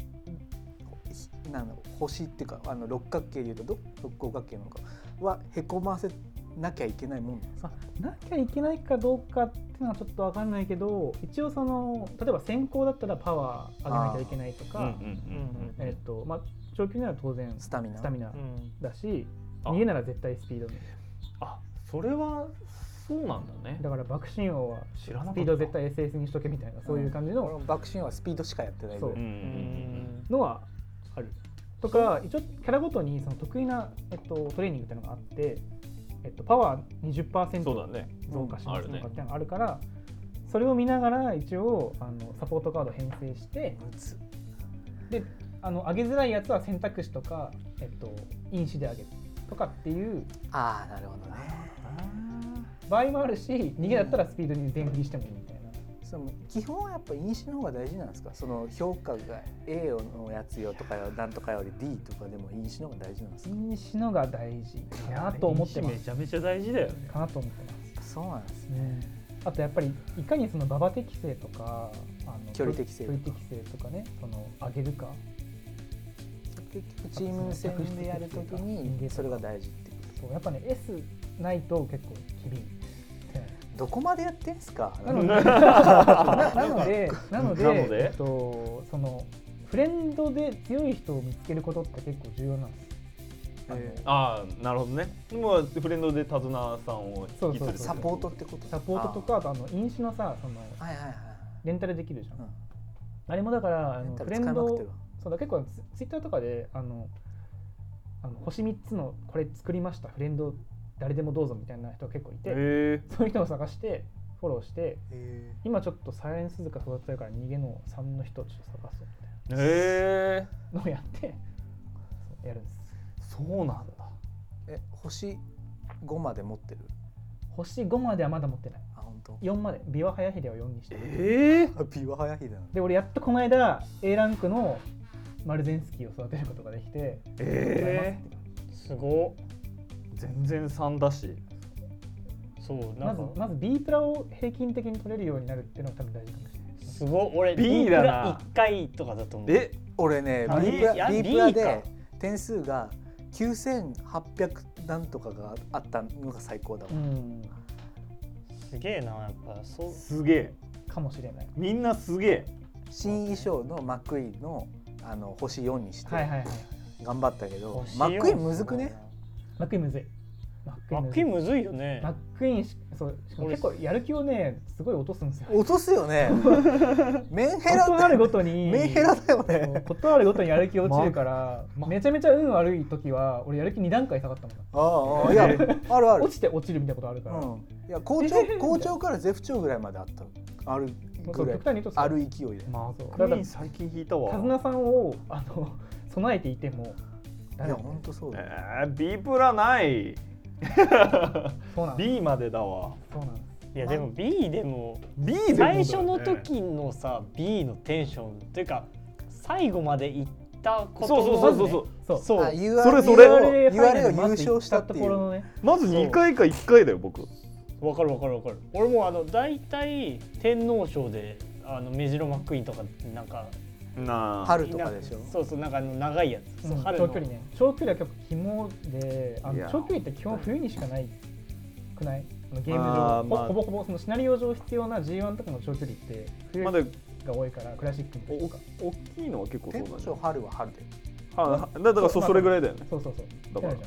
なんだろう星っていうかあの六角形でいうとど六角形なのかはへこませなきゃいけないもんなんですか？ なきゃいけないかどうかっていうのはちょっと分かんないけど、一応その例えば先行だったらパワー上げなきゃいけないとか、えっとまあ長距離なら当然スタミナ、スタミナだし、逃げなら絶対スピード。 あ、それはそうなんだね。 だから爆心王はスピード絶対 エスエス にしとけみたいな、そういう感じの、 うん、爆心王はスピードしかやってないそうのはあるとか、一応キャラごとにその得意な、えっと、トレーニングっていうのがあって、えっと、パワー にじゅっパーセント 増加しますとかっていうのがあるから、それを見ながら一応あのサポートカードを編成して、であの上げづらいやつは選択肢とか、えっと、因子で上げるとかっていう。 ああ、なるほどね。 場合もあるし、逃げだったらスピードに全振りしてもいいみたいな。 その基本はやっぱ因子の方が大事なんですか？その評価が A のやつよとかなんとかより D とかでも因子の方が大事なんですか？ 因子のが大事かなと思ってます。 めちゃめちゃ大事だよね。 かなと思ってます。 そうなんですね。 うん、あとやっぱりいかにその馬場適性とかあの距離適性距離適性とかね、その上げるか。 結局チーム戦でやるときにそれが大事っていう。 そうやっぱね S ないと結構厳しい。 どこまでやってんすか？ なのでなのでなのでえっとそのフレンドで強い人を見つけることって結構重要なんです。 ああ、なるほどね。もうフレンドで手綱さんを引き継ぐサポートってこと？ サポートとかあとあの因子のさそのレンタルできるじゃん。あれもだからあのフレンドそうだ結構ツイッターとかであのあの星みっつのこれ作りましたフレンド誰でもどうぞみたいな人が結構いて、そういう人を探してフォローして、今ちょっとサイレンスズカ育てたいから逃げのさんの人をちょっと探すみたいなのをやってやるんです。 そうなんだ。 え、星ごまで持ってる？ 星ごまではまだ持ってない。 あ、本当？ よんまでビワハヤヒデをよんにしてる。 えー、 ビワハヤヒデなの？ で俺やっとこの間 A ランクのマルゼンスキーを育てることができて、 えー、すごっ。 全然さんだし、 そうなんかまずまず B プラを平均的に取れるようになるっていうのが多分大事かもしれない。 すごい。俺 B だな。 いっかいとかだと思う。 え、俺ね B プラ B プラで点数がきゅうせんはっぴゃくなんとかがあったのが最高だわ。うん、 すげえな、やっぱそうすげえかもしれない。 みんなすげえ。 新衣装のマックイーンのあの星よんにして頑張ったけど、 はいはいはい、 マックイーンむずくね？ マックイーンむずい。 マックイーンむずいよね。 マックイーンそう結構やる気をねすごい落とすんですよ。 落とすよね。メンヘラことあるごとにメンヘラだよね。 ことあるごとにやる気落ちるから、ま、めちゃめちゃ運悪い時は俺やる気に段階下がったもん。 ああ、いやあるある。 落ちて落ちるみたいなことあるから。うん、 いや好調好調から絶不調ぐらいまであった。あるぐらいある勢いで。 マックイーン最近引いたわ。 手綱さんをあの備えていても。 いや本当そうだよ。 えー、B プラない。 そうなん B までだわ。 そうなんです。 いやでも B でも B でも最初の時のさ B のテンションというか最後まで行ったことそうそうそうそうそうそうそれそれユーアールエー を優勝したっていう。 まずにかいかいっかいだよ僕。 わかるわかるわかる。俺もあの大体天皇賞であのメジロマックイーンとかなんかな春とかでしょ。 そうそうなんかあの長いやつ。 うん、 春長距離ね。長距離は結構肝で、あの長距離って基本冬にしかないくない？ゲーム上、まあ、ほぼほぼそのシナリオ上必要な ジーワン とかの長距離って冬が多いからクラシックとか。大きいのは結構そうだね。 天皇賞春は春で。 はだからそそれぐらいだよね。 そうそうそう。 だから。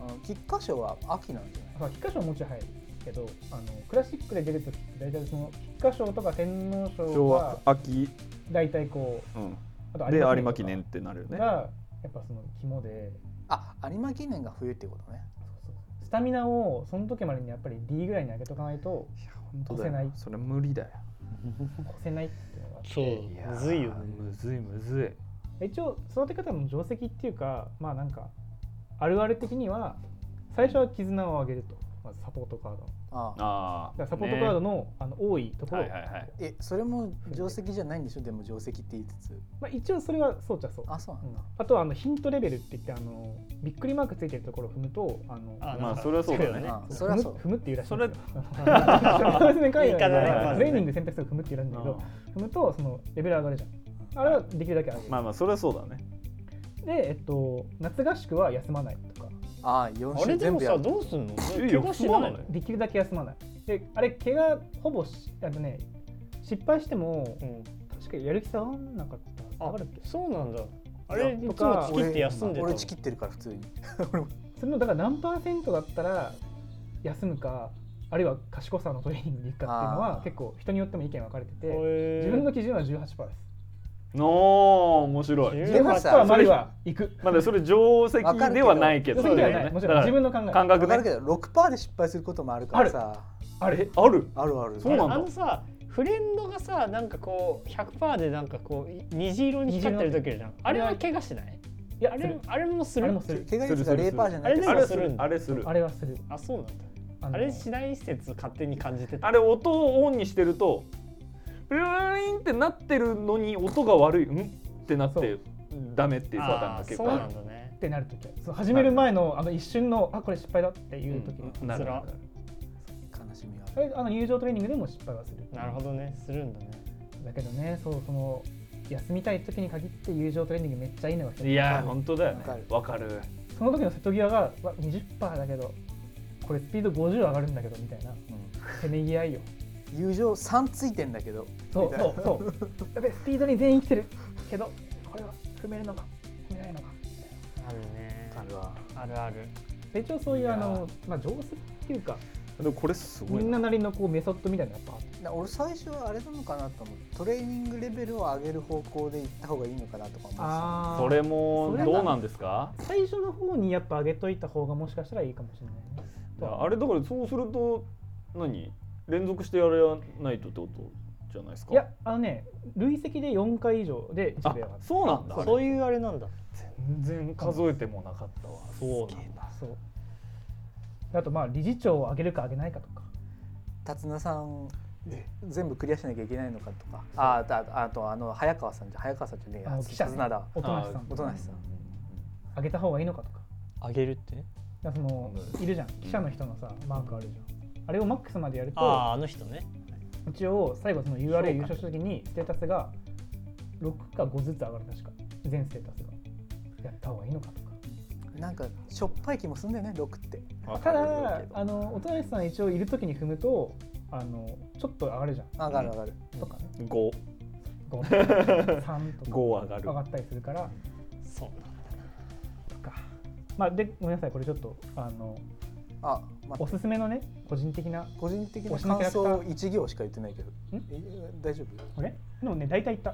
菊花賞は秋なんじゃない？ 菊花賞ももちろん早いけど、あのクラシックで出るときって大体その菊花賞とか天皇賞が秋大体こう、うん、 あとで有馬記念ってなるよね。 がやっぱその肝で、 あ、有馬記念が冬っていうことね。 そうそう、スタミナをその時までにやっぱり D ぐらいに上げとかないと越せない。 それ無理だよ。 越せないっていうのがあって、 そうむずいよね。 むずいむずい。一応育て方の定石っていうか、まあなんかあるある的には最初は絆を上げると、まずサポートカードの。 ああ、だからサポートカードの、ね、あの多いところ、はいはいはい、 え、それも定石じゃないんでしょ？でも定石って言いつつ、 まあ、一応それはそうじゃそう。 あ、そうなんだ。 うん、あとはあのヒントレベルって言ってあのびっくりマークついてるところを踏むと、あのあ、まあそれはそうだよね。 それはそう。 踏むっていうらしいんですよ。 それトレーニング選択肢を踏むっていうらしいんだけど、踏むとそのレベル上がるじゃん。あれはできるだけ上げる。 まあまあそれはそうだね。 で、えっと夏合宿は休まないとか。 ああ、よん週全部やる。あれでもさ、どうすんの？怪我しないの？ できるだけ休まない。で、あれ怪我ほぼしあとね、失敗しても、うん、確かやる気下がんなかった。 あ、そうなんだ。あれいつもチキって休んでた。 俺チキってるから普通に。 それのだから何パーセントだったら休むか、あるいは賢さのトレーニングに行くかっていうのは結構人によっても意見分かれてて、自分の基準は じゅうはちパーセント です。 の面白い。 じゅうはちパーセント までは行く。 まだそれ定石ではないけど、 そうではない。もちろん自分の考え。 感覚ね。あるけど ろくパーセント で失敗することもあるからさ。 あれあるあるある。 そうなんだ。 あのさ、フレンドがさ、なんかこう ひゃくパーセント でなんかこう虹色に光ってる時あるじゃん。あれは怪我しない？いや、あれあれもする。 あれもする。 怪我率が ゼロパーセント じゃない。 あれでもする。 あれする。 あれはする。 あ、そうなんだ。あれしない説勝手に感じてた。 あれ音をオンにしてるとブルーンってなってるのに音が悪い、んってなってダメっていうパターンが結構ある。 そうなんだね。 ってなるとき、そう始める前のあの一瞬のあこれ失敗だっていうときになる。 悲しみはあれあの友情トレーニングでも失敗はする。 なるほどね、するんだね。 だけどね、そうその休みたい時に限って友情トレーニングめっちゃいいのが。 いや本当だよね。わかる。 その時の瀬戸際が にじゅっパーセント だけどこれスピードごじゅう上がるんだけどみたいな、うん、せめぎ合いよ。 友情さんついてんだけど。 そうそうそう。やべスピードに全員来てるけどこれは踏めるのか踏めないのか。 あるね。 あるわ。 あるある。 一応そういうあのまあ上手っていうか。 でもこれすごいみんななりのこうメソッドみたいなのがあって、 俺最初はあれなのかなと思う。トレーニングレベルを上げる方向でいった方がいいのかなとか思ってた。 それもどうなんですか？ 最初の方にやっぱ上げといた方がもしかしたらいいかもしれないね。 あれだからそうすると何連続してやらないとってことじゃないですか？ いやあのね累積でよんかい以上でいちび上がる。 そうなんだ。 そういうあれなんだ。 全然数えてもなかったわ。そうなんだ。 そう。あとまあ理事長を上げるか上げないかとか。 辰野さん全部クリアしなきゃいけないのかとか。あああとあの早川さんじゃ早川さんじゃねえや。 記者ね。 おとなしさん。 おとなしさん。 上げた方がいいのかとか。 上げるって？ そのいるじゃん。記者の人のさマークあるじゃん。あれをマックスまでやると。 あああの人ね。 一応最後その ユーアールエー 優勝した時にステータスがろくかごずつ上がる確か。全ステータスがやった方がいいのかとか。 なんかしょっぱい気もするんだよねろくって。 ただあのおとなしさん一応いる時に踏むとあのちょっと上がるじゃん。 上がる上がる。 とかね。 ご。 ご。さんとか。 ご上がる。 上がったりするから。 そうなんだな。とか。まあでごめんなさいこれちょっとあのあ、 まあ、おすすめのね個人的な個人的な感想いち行しか言ってないけど。ん？大丈夫？ これ？でもね大体言った。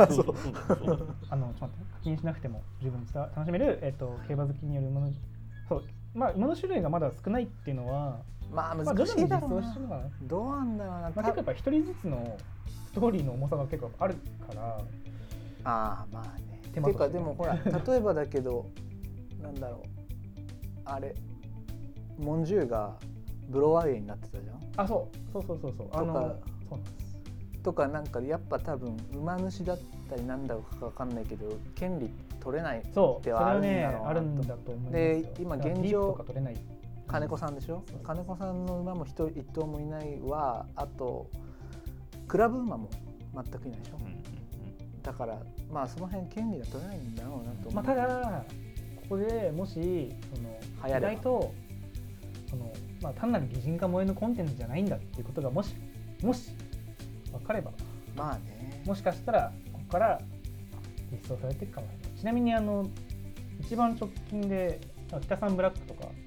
そう。 あのちょっと待って課金しなくても十分楽しめるえっと競馬好きによる馬のそうまあ馬の種類がまだ少ないっていうのはまあ難しいだろうな。どうなんだろうな。 まあ、結構やっぱ一人ずつのストーリーの重さが結構あるから。 ああまあね。ていうかでもほら例えばだけどなんだろうあれモンジューがブロワーウェイになってたじゃん。 あそうそうそうそうそう。あのそうなんです。 とかなんかやっぱ多分馬主だったりなんだかわかんないけど権利取れないってはあるんだろうなと。 ね、あるんだと思いますよ。 で今現状金子さんでしょ。金子さんの馬も一人一頭もいないわ。あとクラブ馬も全くいないでしょ。うんうんうん、だからまあその辺権利が取れないんだろうなと思う。 まあただここでもしその意外とそのまあ単なる擬人化萌えのコンテンツじゃないんだっていうことがもしもし分かればまあねもしかしたらここから実装されていくかもしれない。ちなみにあの一番直近で北さんブラックとか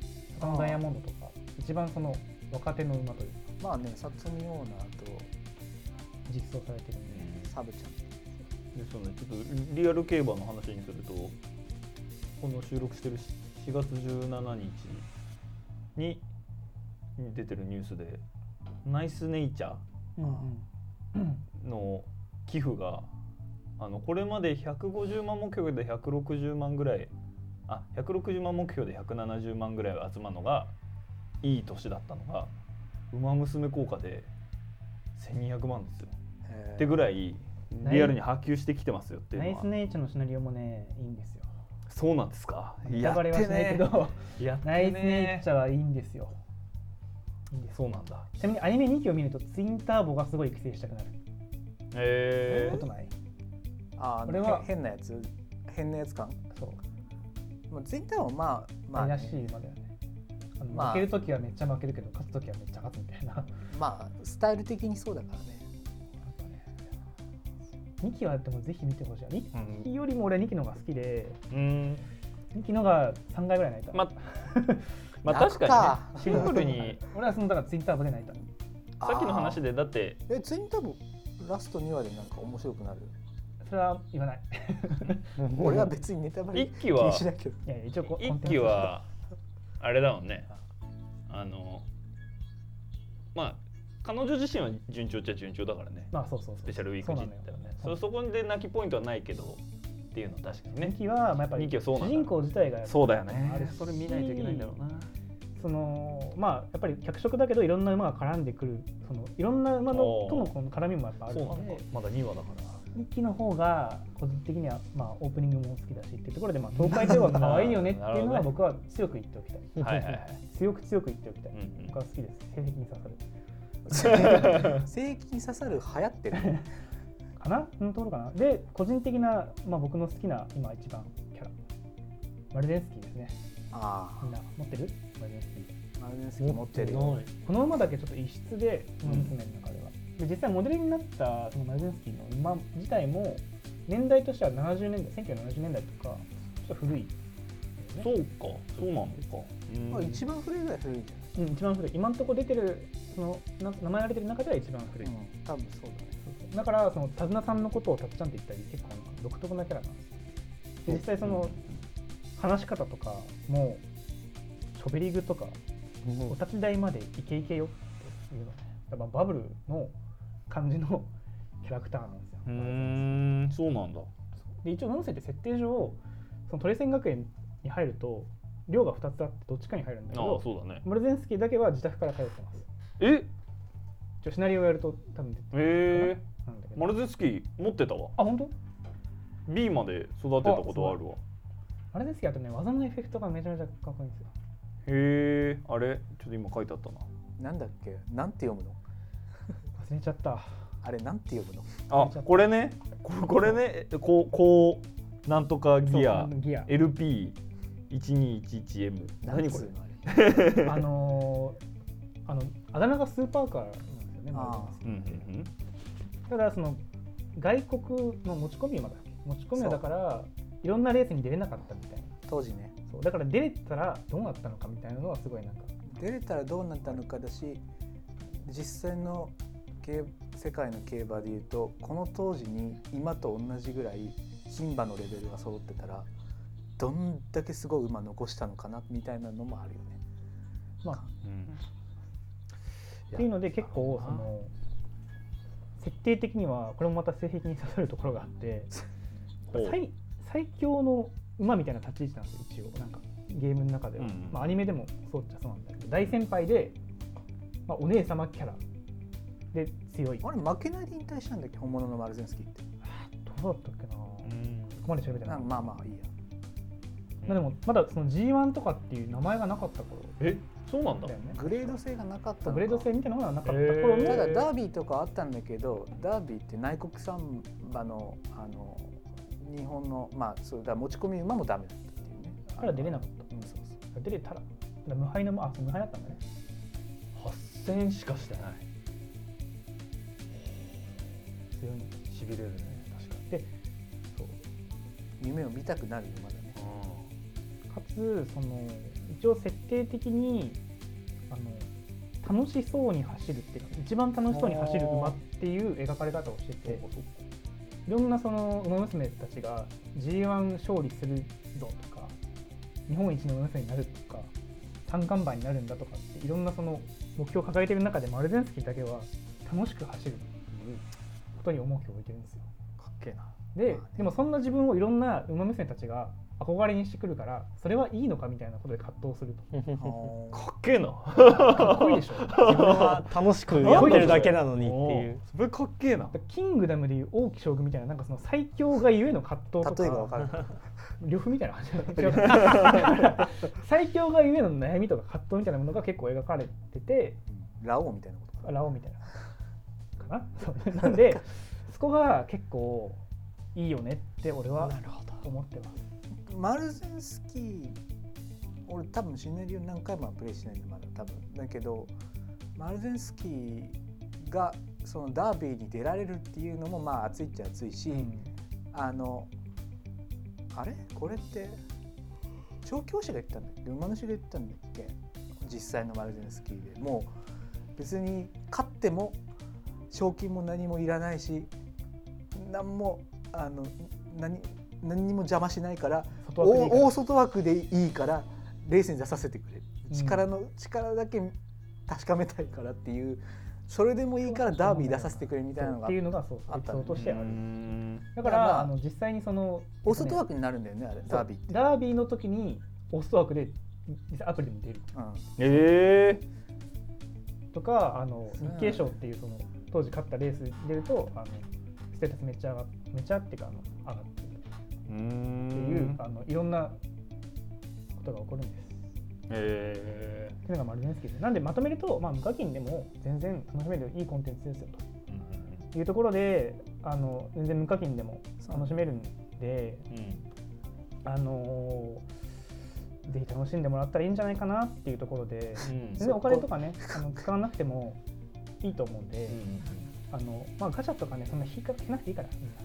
浅野ダイヤモンドとか一番その若手の馬というかまあねサツミオーナーと実装されてるんで、 サブちゃんでそうね、ちょっとリアル競馬の話にするとこの収録してるしがつじゅうしちにちに出てるニュースでナイスネイチャーの寄付があのこれまでひゃくごじゅうまん目標でひゃくろくじゅうまんぐらいあひゃくろくじゅうまん目標でひゃくななじゅうまんぐらい集まるのがいい年だったのが馬娘効果でせんにひゃくまんですよってぐらいリアルに波及してきてますよっていうのは。 ナイスネイチャーのシナリオもねいいんですよ。 そうなんですか。 ネタバレはしないけどやってねナイスネイチャーはいいんですよ。いいんです。 そうなんだ。 ちなみにアニメにきを見るとツインターボがすごい育成したくなる。 へえー。 ことない？ あ俺は変なやつ変なやつ感そうもうツイッターもまあまあ、 ね、らしいまだよね。あのまあ、 負けるときはめっちゃ負けるけど勝つときはめっちゃ勝つみたいな。 まあスタイル的にそうだからね。 にきはでもぜひ見てほしい。いっきよりも俺はにきの方が好きで、 うん、 にきの方がさんかいぐらい泣いた。 ままあ確かに、ね、シンプルに俺はそのだからツインターボで泣いた。 さっきの話でだってえツインターボラストにわでなんか面白くなる。 それは言わない。 俺は別にネタバレ気にしないけど。 いやいや一応一期はあれだもんね。あのまあ彼女自身は順調っちゃ順調だからね。 まあそうそうそう。 スペシャルウィーク時だよね。そそこで泣きポイントはないけどっていうのは確かにね。 にきはまあやっぱり主人公自体がそうだよね。 あれそれ見ないといけないんだろうな。 そのまあやっぱり脚色だけどいろんな馬が絡んでくるそのいろんな馬のとのこの絡みもやっぱあるので、 まだにわだから。 にきの方が個人的にはまあオープニングも好きだしっていうところでまあ東海帝王は可愛いよねっていうのは僕は強く言っておきたい。 はいはいはい。 強く強く言っておきたい。僕は好きです。性癖に刺さる。 性癖に刺さる流行ってるかなそのところかな。で個人的なまあ僕の好きな今一番キャラマルゼンスキーですね。 ああみんな持ってるマルゼンスキー。 マルゼンスキー持ってるよ。 この馬だけちょっと異質でこの娘の中では。で実際モデルになったそのマルゼンスキーの馬自体も年代としてはななじゅうねんだいせんきゅうひゃくななじゅうねんだいとかちょっと古い、ね、 そうかそうなのか、 まあ、一番古いぐらい古いんじゃない、うん、一番古い今のところ出てるその名前が出てる中では一番古い、うん、 多分そうだね。 だからその手綱さんのことをたっちゃんって言ったり結構独特なキャラなんですで実際その話し方とかもうチョベリグとか、うん、お立ち台までイケイケよっていうのねやっぱバブルの感じのキャラクターなんですよ。 うーん、そうなんだ。 で一応ノンセって設定上そのトレセン学園に入ると寮がふたつあってどっちかに入るんだけど、 ああそうだね、 マルゼンスキーだけは自宅から通ってます。 え一応シナリオをやると多分出てくるへえマルゼンスキー持ってたわ。 あ本当 B まで育てたことあるわ。 マルゼンスキーあとね技のエフェクトがめちゃめちゃかっこいいんですよ。 へえあれちょっと今書いてあったな。 なんだっけなんて読むの忘れちゃった。 あれなんて読むのあこれねこれねこうこうなんとかギアギアエルピーいちにいちいちエム 何これあのー、あのあだ名がスーパーカーなんですよね。 あうんうんうん、 ただその外国の持ち込み馬だっけ持ち込み馬だからいろんなレースに出れなかったみたいな当時ね。 そうだから出れたらどうなったのかみたいなのはすごいなんか出れたらどうなったのかだし実際の世界の競馬でいうとこの当時に今と同じぐらい牝馬のレベルが揃ってたらどんだけすごい馬残したのかなみたいなのもあるよね。 まあ、うん、っていうので結構その設定的にはこれもまた性癖に刺さるところがあって最, 最強の馬みたいな立ち位置なんですよ一応なんかゲームの中では、うんまあ、アニメでもそうっちゃそうなんだけど大先輩で、まあ、お姉様キャラで強い。 あれ負けないで引退したんだっけ本物のマルゼンスキーって。 どうだったっけな。うんそこまで調べてない。 まあまあいいや。 まあでもまだその ジーワン とかっていう名前がなかった頃。 えそうなんだ。 だよね、グレード制がなかったのか。 グレード制みたいなものがなかった頃の。ただダービーとかあったんだけどダービーって内国産馬のあの日本のまあそうだ持ち込み馬もダメだったっていうね。 だから出れなかった。うんそうそう。出れたら無敗の馬あ無敗だったんだね。 はっせんしかしてない。しびれるね確かに。 でそう夢を見たくなるよまだね。 かつその一応設定的にあの楽しそうに走るっていうか一番楽しそうに走る馬っていう描かれ方をしてて、いろんなその馬娘たちが ジーワン 勝利するぞとか日本一の馬娘になるとか三冠馬になるんだとかっていろんなその目標を抱えている中でマルゼンスキーだけは楽しく走ることに重きを置いてるんですよ。 かっけえな。 で、でもそんな自分をいろんな馬娘たちが憧れにしてくるからそれはいいのかみたいなことで葛藤するとかっけえな。 かっこいいでしょ。 自分は楽しくやってるだけなのにっていう。 それかっけえな。 キングダムでいう王毅将軍みたいななんかその最強がゆえの葛藤とか例えがわかる呂布みたいな感じ違う最強がゆえの悩みとか葛藤みたいなものが結構描かれててラオウみたいなことかラオウみたいなかなそうなんでそこが結構いいよねって俺は思ってます。 マルゼンスキー俺多分シナリオ何回もプレイしないんでまだ多分だけどマルゼンスキーがそのダービーに出られるっていうのもまあ熱いっちゃ熱いし、うん、あのあれこれって調教師が言ったんだっけ馬主が言ったんだっけ実際のマルゼンスキーでもう別に勝っても賞金も何もいらないし何もあの何何にも邪魔しないから大外枠でいいからレースに出させてくれ、うん、力の力だけ確かめたいからっていうそれでもいいからダービー出させてくれみたいなのがっていうのがそうエピソードとしてある。だから、まあ、あの実際にその大外枠になるんだよねあれダービーってダービーの時に大外枠でアプリでも出る、うん、 えー、とかあの日経賞っていうその当時勝ったレースに出るとあのステータスめっちゃ上がっめっちゃっていうかあの上がってるっていうあのいろんなことが起こるんです。 えー、 っていうのがマルゼンスキーです。なんでまとめると、まあ、無課金でも全然楽しめるいいコンテンツですよと、うん、いうところであの全然無課金でも楽しめるんで、うん、あのぜひ楽しんでもらったらいいんじゃないかなっていうところで、うん、全然お金とかねあの使わなくてもいいと思うんで、うん、あのまあ、ガチャとかねそんな引かなくていいからみんな。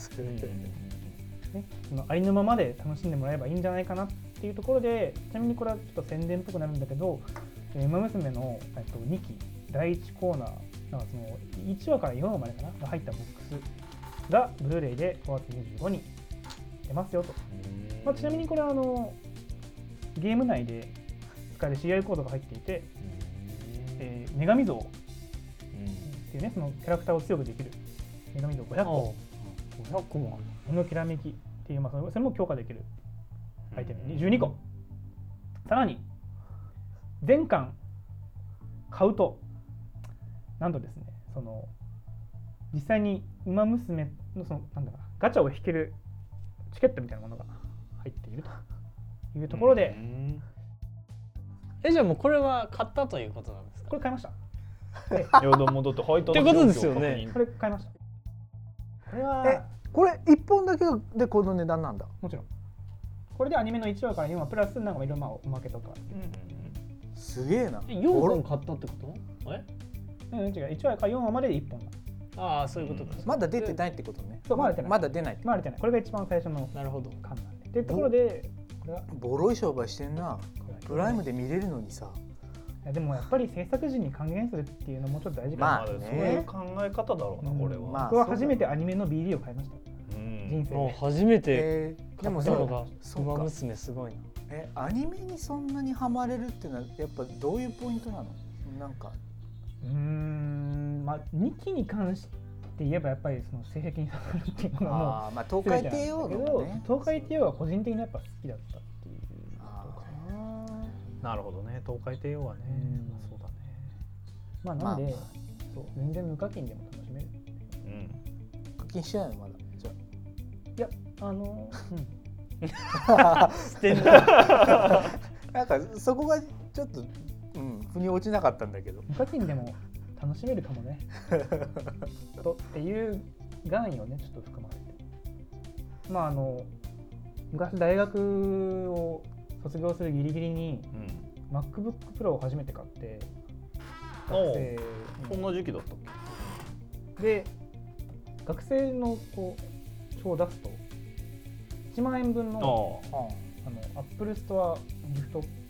ね、そのありのままで楽しんでもらえばいいんじゃないかなっていうところで、ちなみにこれはちょっと宣伝っぽくなるんだけど、ウマ娘のにきだいいちコーナーなんかそのいちわからよんわまでかなが入ったボックスがブルーレイでごがつにじゅうごにち出ますよと。まあ、ちなみにこれはあのゲーム内で使える シーアイ コードが入っていて、えー、女神像っていうねそのキャラクターを強くできる女神像ごひゃっこごひゃっこもあるこのきらめきっていう、まあ、それも強化できるアイテムじゅうにこ、さらに全巻買うとなんとですねその実際にウマ娘のそのなんだかガチャを引けるチケットみたいなものが入っているというところで、 えじゃあもうこれは買ったということなんですか？ これ買いました。 よど戻って配達の状況を確認。 これ買いました。これはえこれいっぽんだけでこの値段なんだ。 もちろんこれでアニメのいちわからよんわプラスなんかいろんなおまけとか、 うん、すげえな。 よんほん買ったってこと？え？ うん、違ういちわからよんわまででいっぽんだ。 ああそういうことか。 まだ出てないってことね。 そうまだ出ない。 まだ出ない。 まだ出てない。これが一番最初のなるほど巻なんで。っていうところでこれはボロい商売してんな。プライムで見れるのにさ。 いやでもやっぱり制作時に還元するっていうのもちょっと大事かな。 まあね、そういう考え方だろうな、うん、これは。 まあ、僕は初めてアニメの ビーディー を買いました。うん、人生で。 初めて、 えー、でもそのがウマ娘すごいな。 えアニメにそんなにハマれるっていうのはやっぱどういうポイントなの？なんかうーんまあにきに関して言えばやっぱりその性癖にハマるっていうのがもうあまあ東海帝王だけど、 ね、東海帝王は個人的にやっぱ好きだったっていうことかな。なるほどね、東海帝王はね、まあそうだね。 まあなんで、まあ、そう全然無課金でも楽しめる。 うん。課金してないのまだじゃあ。 いやあのうんしてんななんかそこがちょっと、うん、腑に落ちなかったんだけど無課金でも楽しめるかもねとっていう願意をねちょっと含ませてまああの昔大学を卒業するギリギリに、うん、MacBook Pro を初めて買って学生こんな時期だったっけで学生のこう賞を出すといちまんえんぶんのあのアップルストアギフト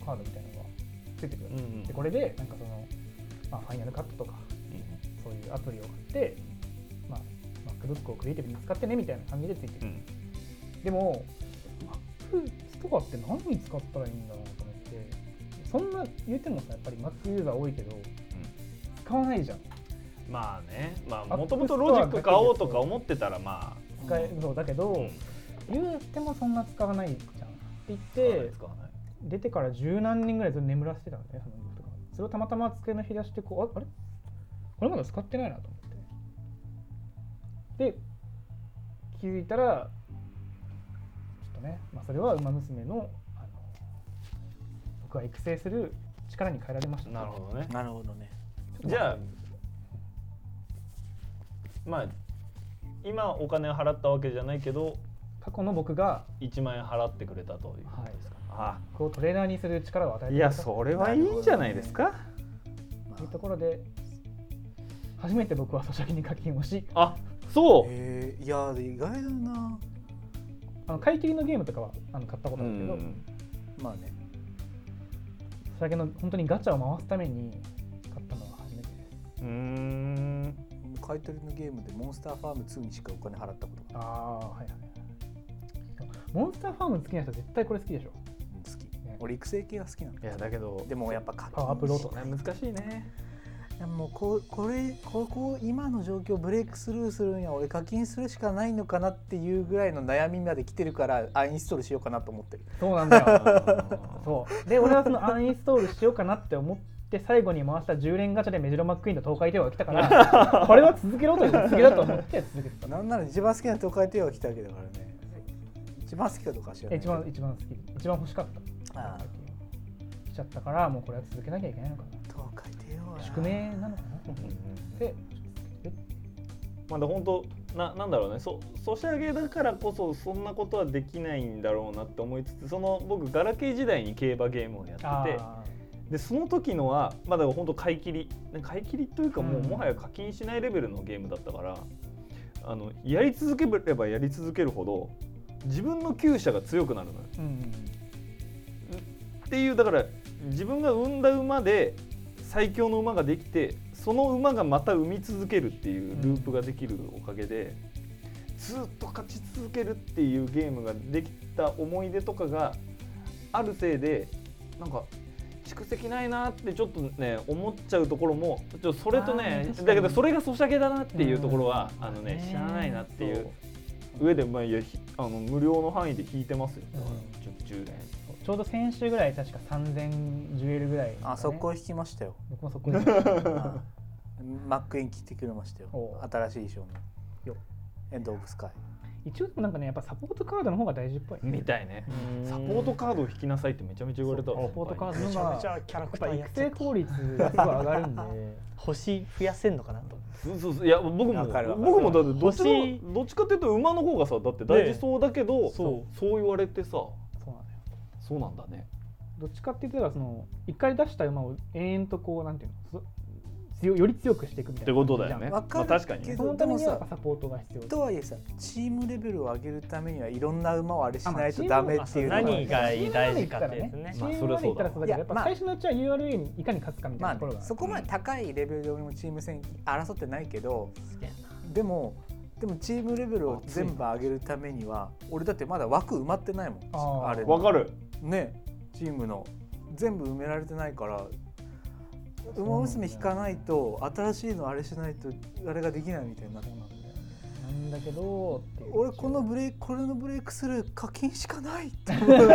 カードみたいなのがついてくる、 うんうん、 でこれでなんかその、まあ、ファイナルカットとか、うん、そういうアプリを買って、まあ、MacBook をクリエイティブに使ってねみたいな感じでついてくる、うん、でも Mac ストアって何に使ったらいいんだろうと思って、そんな言ってもさやっぱり Mac ユーザー多いけど、うん、使わないじゃん。 まあね、まあもともとロジック買おうとか思ってたらまあ使えるそうだけど、うん、言うてもそんな使わないじゃんって言って出てから十何年ぐらいずっと眠らせてたのね、そのとかそれをたまたま机の引き出してこう あ, あれこれまだ使ってないなと思ってで気づいたらちょっとね、まあ、それはウマ娘の、あの僕は育成する力に変えられました。 なるほどね。 なるほどね。 じゃあまあ今お金を払ったわけじゃないけど過去の僕がいちまんえん払ってくれたということですか。はい、 あこうトレーナーにする力を与えてくれた。 いやそれはいいんじゃないですか。 というところで初めて僕はソシャゲに課金をし、 あそう、 えー、いや意外だな。 あの買い切りのゲームとかはあの買ったことあるけど、 まあねソシャゲの本当にガチャを回すために買ったのは初めてです。 うーん買い取りのゲームでモンスターファームツーにしかお金払ったことがああはいはいモンスターファーム好きな人絶対これ好きでしょ。 好き、ね、俺育成系が好きなんだ。 いやだけどでもやっぱ課金パワーアップロード難しいね。 いやもうここれここ今の状況をブレイクスルーするには俺課金するしかないのかなっていうぐらいの悩みまで来てるからアンインストールしようかなと思ってる。 そうなんだよそうで俺はそのアンインストールしようかなって思って最後に回したじゅう連ガチャでメジロマックイーンと東海帝王が来たからこれは続けろという続けだと思って続けてた。 なんなら一番好きな東海帝王が来たわけだからね。一番好きかどうかは知らない。 一番一番好き一番欲しかった。ああ来ちゃったからもうこれは続けなきゃいけないのかな。 東海帝王は宿命なのかなでまだ本当ななんだろうね。そソシャゲだからこそそんなことはできないんだろうなって思いつつ、その僕ガラケー時代に競馬ゲームをやってて、でその時のはまだ本当買い切り買い切りというかもうもはや課金しないレベルのゲームだったから、あのやり続ければやり続けるほど自分の厩舎が強くなるのよ、うん、っていうだから自分が産んだ馬で最強の馬ができてその馬がまた産み続けるっていうループができるおかげで、うん、ずっと勝ち続けるっていうゲームができた思い出とかがあるせいでなんか蓄積ないなってちょっとね思っちゃうところもちょっとそれとねだけどそれがソシャゲだなっていうところは、うん、あのね知らないなっていう上でまあいやあの無料の範囲で引いてますよ、うん、じゅう連ちょうど先週ぐらい確かさんぜんジュエルぐらい、ね、 あそこ引きましたよ。 僕もそこ引きましたマックイン来てくれましたよ。新しい衣装のよエンドオブスカイ。 一応なんかねやっぱサポートカードの方が大事っぽいみたいね。サポートカードを引きなさいってめちゃめちゃ言われた。サポートカードの方がめちゃめちゃキャラクター育成効率がすごい上がるんで星増やせんのかなと。 そうそうそういや僕も僕もだってどっちのどっちかっていうと馬の方がさだって大事そうだけど、そうそう言われてさそうなんだよ。 そうなんだね。 どっちかって言ったらその一回出した馬を延々とこうなんていうの強より強くしていくみたいなってことだよね。 わかるまあ、確かに、ね、 そのためにはサポートが必要とはいえさチームレベルを上げるためにはいろんな馬をあれしないとダメっていうのが何が大事かってですね。 チームまで言ったらそうだけどやっぱ最初のうちは ユーアールエー にいかに勝つかみたいなところが、 まあ、そこまで高いレベルで俺もチーム戦争ってないけど、うん、でもでもチームレベルを全部上げるためには俺だってまだ枠埋まってないもん。あれわかるねチームの全部埋められてないから馬娘引かないと新しいのあれしないとあれができないみたいになってなんだけど俺このブレイクこれのブレイクスルー課金しかないって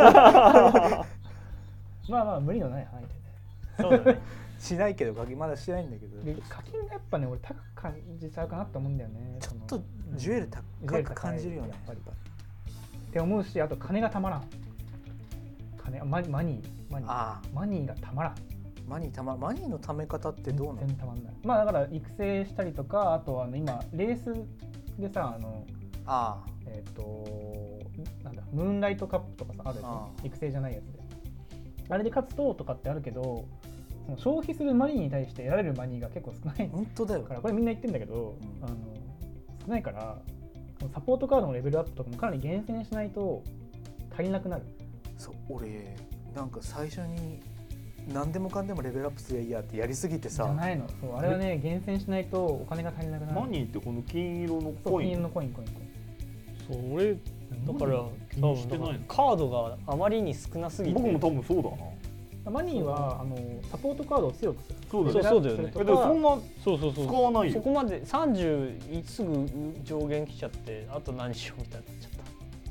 まあまあ無理のない範囲でそうだねしないけど課金まだしないんだけどで課金がやっぱね俺高く感じちゃうかなと思うんだよね。 ちょっとジュエル高く感じるよねやっぱりって思うし、あと金がたまらん金マニーマニーマニーマニーがたまらんマニーたまマニーのため方ってどうなの？ 全然たまんない。まあだから育成したりとか、あとは、ね、今レースでさあのあえっ、ー、となんだムーンライトカップとかさあるよね、育成じゃないやつであれで勝つととかってあるけど、その消費するマニーに対して得られるマニーが結構少ない。 本当だよ。 からこれみんな言ってんだけど、うん、あの少ないからサポートカードのレベルアップとかもかなり厳選しないと足りなくなる。 そう俺なんか最初に何でもかんでもレベルアップすりゃいいやってやりすぎてさ。 じゃないの。そうあれはね厳選しないとお金が足りなくなる。 マニーってこの金色のそうコイン。 金のコインコインコイン。 そう俺だから気にしてないの多分カードがあまりに少なすぎて。 僕も多分そうだな。 マニーはあのサポートカードを強くする。 そうだよね。 そうだよねえでもそんなそうそうそう使わないよ。 そこまでさんじゅうすぐ上限来ちゃってあと何しようみたいになっちゃった。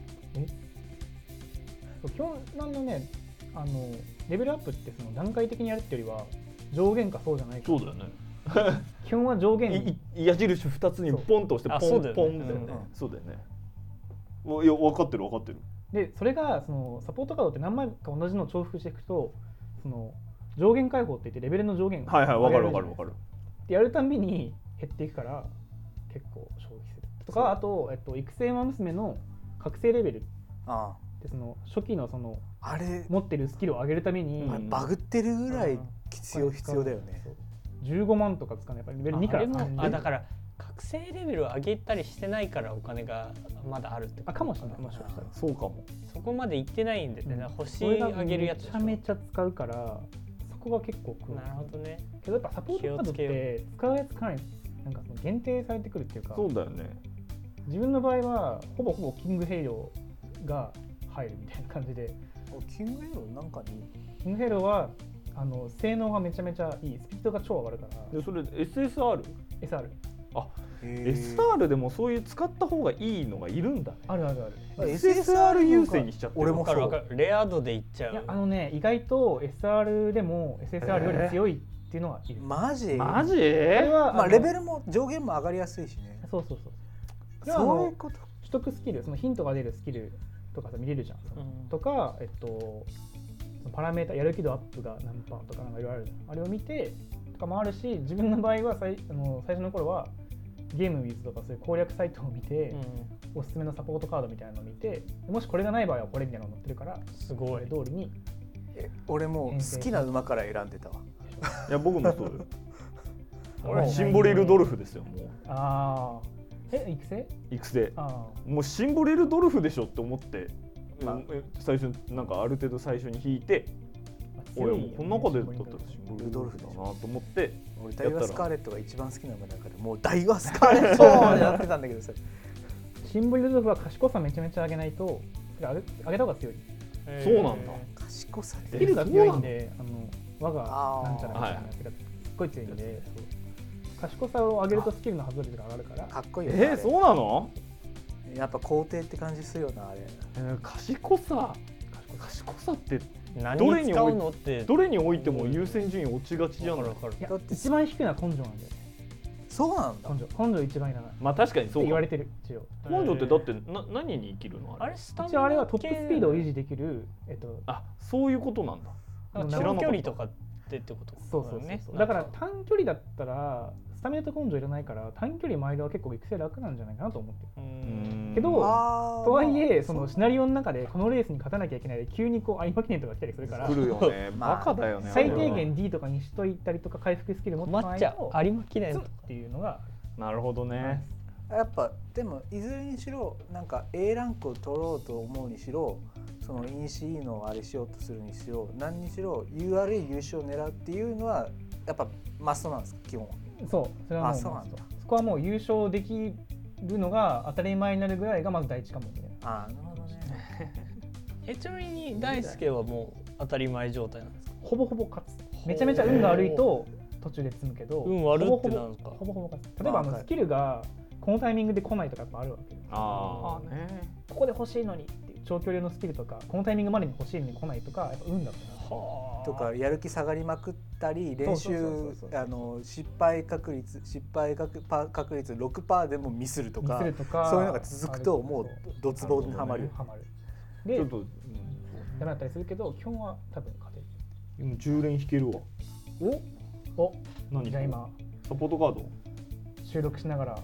そう基本なんのねあのレベルアップってその段階的にやるってよりは上限かそうじゃないか。 そうだよね。 基本は上限。 いい矢印ふたつにポンと押してポンそうあそうだよねポンだよね。そうだよね。わいや分かってる分かってる。 でそれがそのサポートカードって何枚か同じのを重複していくとその上限解放って言ってレベルの上限をはいはい分かる分か上げられじゃないる分かる。 でやるたんびに減っていくから結構消費するとかあと、えっと、育成馬娘の覚醒レベルあでその初期のそのあ、あれ、 持ってるスキルを上げるために、 うんバグってるぐらい必要必要だよね。 そうじゅうごまんとか使うのやっぱりレベルにからあれもさんであだから覚醒レベルを上げたりしてないからお金がまだあるってことあかもしれないもしかしたらそうかも。 そこまで行ってないんでね、 うん星それが上げるやつでしょ。 めちゃめちゃ使うからそこが結構食うなるほどね。 けどやっぱサポートカードって使うやつかなりなんかその限定されてくるっていうかそうだよね。 自分の場合はほぼほぼキングヘイローが入るみたいな感じでキングヘイローなんかにキングヘイローはあの性能がめちゃめちゃいいスピードが超上がるからでそれ エスエスアール？ エスアールエスアール でもそういう使った方がいいのがいるんだね。 あるあるあるエスエスアール 優先にしちゃってる。 俺もわかるわかる。レア度でいっちゃう。 いやあのね意外と エスアール でも エスエスアール より強いっていうのがいる、 マジマジ？ それはまあのレベルも上限も上がりやすいしね。 そうそうそうそういうこと。 取得スキルそのヒントが出るスキルとかさ見れるじゃん、 うんとかえっとパラメータやる気度アップが何パーとかなんかいろいろあるじゃんあれを見てとかもあるし自分の場合は最あの最初の頃はゲームウィズとかそういう攻略サイトを見て、 うおすすめのサポートカードみたいなのを見てもしこれがない場合はこれみたいなのが載ってるからん、すごいこれ。通りにえ俺もう好きな馬から選んでたわ。 いや僕もそうよ。俺もうシンボリルドルフですよもああえ育成う育成。 あもうシンボリルドルフでしょって思って、 まあうんえ最初なんかある程度最初に引いて、 あ俺もうこの中でだったらシンボリルルドルフドルフだなと思って俺ダイワスカーレットが一番好きな馬だからもうダイワスカーレットってなってたんだけどさ。 シンボリルドルフは賢さめちゃめちゃ上げないと上げ上げた方が強いそうなんだ賢さスキルが強いんであの我があーなんちゃらみたいなやつがすっごい強いんでそう賢さを上げるとスキルの発動率が上がるからかっこいいよね。 えー、そうなの？ やっぱ皇帝って感じするよなあれ。 えー、賢さ賢さって何どれにに使うのってどれにおいても優先順位落ちがちじゃない。 わかるわかいやだって一番低いのは根性なんだよねそうなんだ。 根性根性一番いらないっまあ確かにそうか。 て言われてる一応根性ってだってな何に生きるのあれ？ あれスタミ一応あれはナトップスピードを維持できるえっとあそういうことなんだ。 なんか長距離とかってってことそうそうそうねそうだから短距離だったらスタミナと根性いらないから短距離毎度は結構育成楽なんじゃないかなと思ってるううんんけどあーとはいえそまあのシナリオの中でこのレースに勝たなきゃいけないで急にこう有馬記念とか来たりするから来るよね。 まあバカだよね。 最低あれは限 D とかにしといたりとか回復スキル持って困っちゃとう有馬記念ツンっていうのがなるほどね。 やっぱでもいずれにしろなんか A ランクを取ろうと思うにしろその イーシー のあれしようとするにしろ何にしろ ユーアールエー 優勝を狙うっていうのはやっぱマストなんですか基本は。 そうそれはもうあそうなんだそこはもう優勝できるのが当たり前になるぐらいがまず第一かもみたいなああなるほどね。 えちなみに大輔はもう当たり前状態なんですか？ ほぼほぼ勝つめちゃめちゃ運が悪いと途中で積むけど運悪ってほぼなんですか？ ほぼほぼ勝つ例えばあまあのスキルがこのタイミングで来ないとかやっぱあるわけよああね。 ここで欲しいのにっていう長距離のスキルとかこのタイミングまでに欲しいのに来ないとかやっぱ運だったなはあとかやる気下がりまくったり練習そうそうそうそうあの失敗確率失敗確確率 ろくパーセント でもミスるとミかスるとかそういうのが続くともうドツボにはまる。 ハマるでちょっと、うん、 ダメだったりするけど基本は多分勝てる今じゅう連引けるわ。 おお何？ じゃあ今サポートカード？ 収録しながら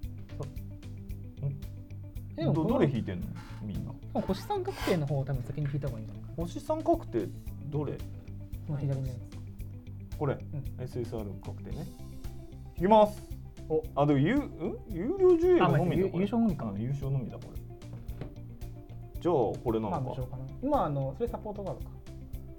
えどどれ引いいてんのみんな？ 星三角形の方を多分先に引いた方がいいんじゃないか星三角形どれ？ なこの左にこれ、 んエスエスアール 確定ね。いきます。 おあでも有ん有料じゅうえんあまあのみだこれ。 優優勝のみかあ優勝のみだこれ。じゃあこれなのか。 まあ無償かな今あのそれサポートカードか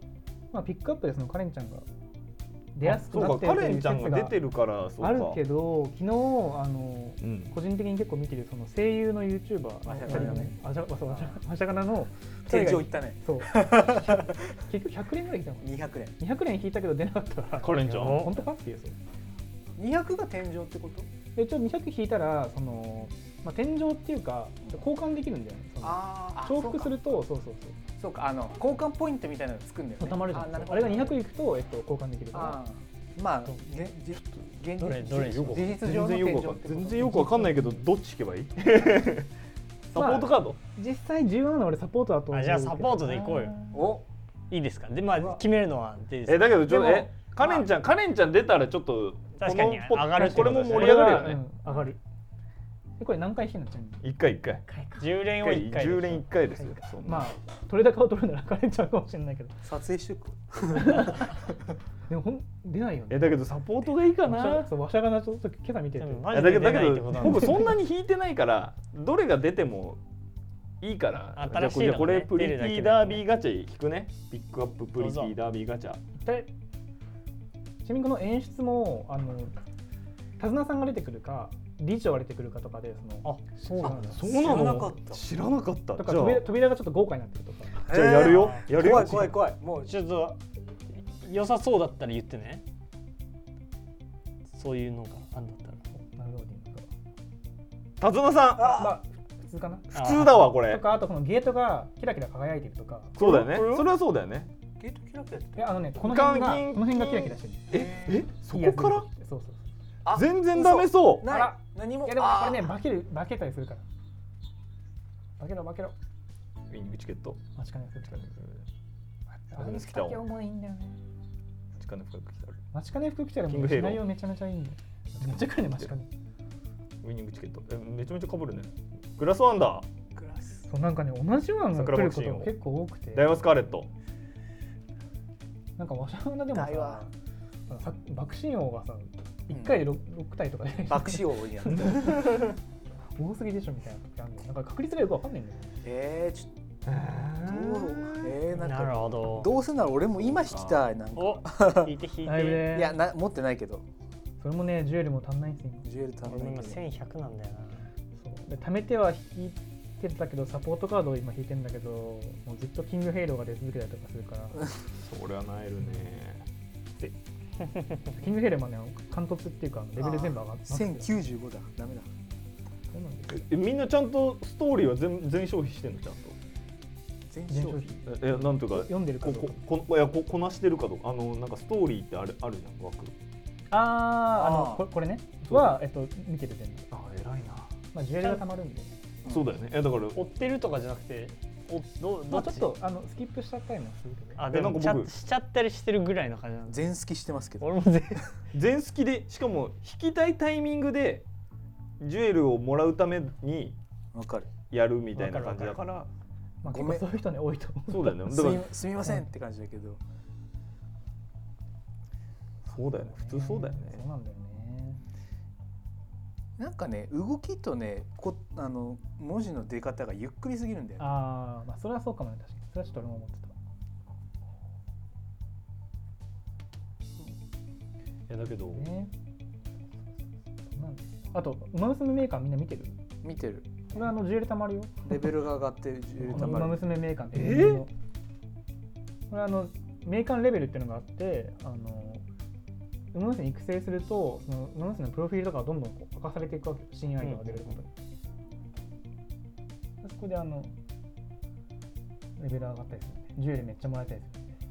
まあピックアップでそのカレンちゃんが出やすくなそうか、カってるというレンちゃん説がが出てるからそうかあるけど、昨日あの、 うん、 個人的に結構見てるその声優の YouTuber あふたりがね、あじゃそうあしゃがなの天井いったね。 そう結局ひゃく連ぐらい引いたの。 にひゃく連。 にひゃく連引いたけど出なかったから。 カレンちゃん本当かっていうそう。 にひゃくが天井ってこと？ で一応にひゃく引いたらその、まあ、天井っていうか交換できるんだよね。 ああ。 重複するとそうそうそうそうか、あの交換ポイントみたいなのつくんだよね。 たまるじゃん。 あ, あれがにひゃくいくと、えっと、交換できるから。 あまあ現実どれどれ事実上の天井ってこと。 全然よくわかんないけどどっち引けばいい？サポートカード？ 実際重要なのは俺サポートだと思う。 あじゃあサポートでいこうよ。 おいいですか。でまあ決めるのはでえだけどちょっとえカレンちゃんカレンちゃん出たらちょっと確かに上がるってこれもことですね。 盛り上がるよね。 上がる。これ何回引きになっちゃうの？ 一回一回。 じゅう連をいっかい。 じゅう連一回ですよ。 まあ取れ高を取るならカレンちゃんかもしれないけど。 撮影してく。 でもほん出ないよね。 えだけどサポートがいいかな。 そうわしゃがなちょっと今朝見てて。 マジで出ないってことなん僕そんなに引いてないからどれが出てもいいから。 新しいのね。 じゃあこれプリティダービーガチャ引くね。ピックアッププリティダービーガチャ。 でちなみにこの演出もあの手綱さんが出てくるか理事長が出てくるかとかでそのあそうなんだ。 そうなの？知らなかった。 だから扉扉がちょっと豪華になってるとか。 じゃあやるよ。やるよ。 怖い怖い怖い。もうちょっと良さそうだったら言ってね。そういうのがあんだったら。 なるほど。 手綱さん。 まあ普通かな。 普通だわこれ。 とかあとこのゲートがキラキラ輝いてるとか。 そうだよね。それはそうだよね。 ゲートキラキラって。 いやあのねこの辺がこの辺がキラキラしてる。 ええそこから？ そうそうそう。 全然ダメそう。 ない。何も。 いやでもこれね化ける化けたりするから。化けろ化けろ。 ウィングチケット。 待ちかね福来た。 あれ好きだわ。 重いんだよね。 待ちかね福来た。 待ちかね福来たらもうシナリオめちゃめちゃいいんだよ。めっちゃ来るね待ちかね。 ウィニングチケット。えめちゃめちゃ被るね。グラスワンダー。 グラス。 そうなんかね同じようなのが来ることが結構多くて。 ダイワスカーレット。 なんかわしゃがなでもさ、爆心王がさいっかいで 6, 6体とかで爆心王になって多すぎでしょみたいな時あるんで、なんか確率がよくわかんないんだよね。 えー、ちょっとどうえー、なんかなるほど。 どうせなら俺も今引きたい。なんかお引いて引いて。 だいぶねいやな持ってないけどそれもねジュエルも足んないんですよ。 ジュエル足ん俺今ないけどせんひゃくなんだよな。 そうで貯めては引いてたけどサポートカードを今引いてんだけどもうずっとキングヘイローが出続けたりとかするからそりゃなえるね。 キングヘイローもね貫突っていうかレベル全部上がってせんきゅうじゅうごだ。ダメだ。 そうなんですよ。 えみんなちゃんとストーリーは全全消費してんのちゃんと。 全全消消費費えなんとか読んでるかこどうかここいやここなしてるかとかあのなんかストーリーってあるあるじゃん枠。 あーああーのこれこれねそうはえっと見てる全部あ偉いな。 まあジュエルがたまるんでそうだよね。えだから追ってるとかじゃなくて、おどうどっちまあちょっとあのスキップしちゃったりもするけどあでもちゃなんか僕しちゃったりしてるぐらいの感じなんで。 全好きしてますけど。 俺も全全好きでしかも引きたいタイミングでジュエルをもらうためにわかる。 やるみたいな感じだから。 まあごめん結構そういう人ね多いと思う。 そうだよね。だすみからすみませんって感じだけど。 そうだよね。普通そうだよね。 そうなんだよね。 なんかね動きとねこあの文字の出方がゆっくりすぎるんだよね。 ああまあそれはそうかもね確かに。それはちょっと俺も思っていやだけど、 た。ね。そうなんですよ。あとウマ娘メーカーみんな見てる？ 見てる。 これはあのジュエルたまるよ。 レベルが上がってジュエルこのウマたまる。 娘メーカーってえいうの。これはあのメーカーレベルっていうのがあってあのウマ娘育成するとそのウマ娘のプロフィールとかがどんどんこう明かされていくわけ。新アイテムが出ることに。そこであのレベル上がったりするんでジュエルめっちゃもらえたりするんで。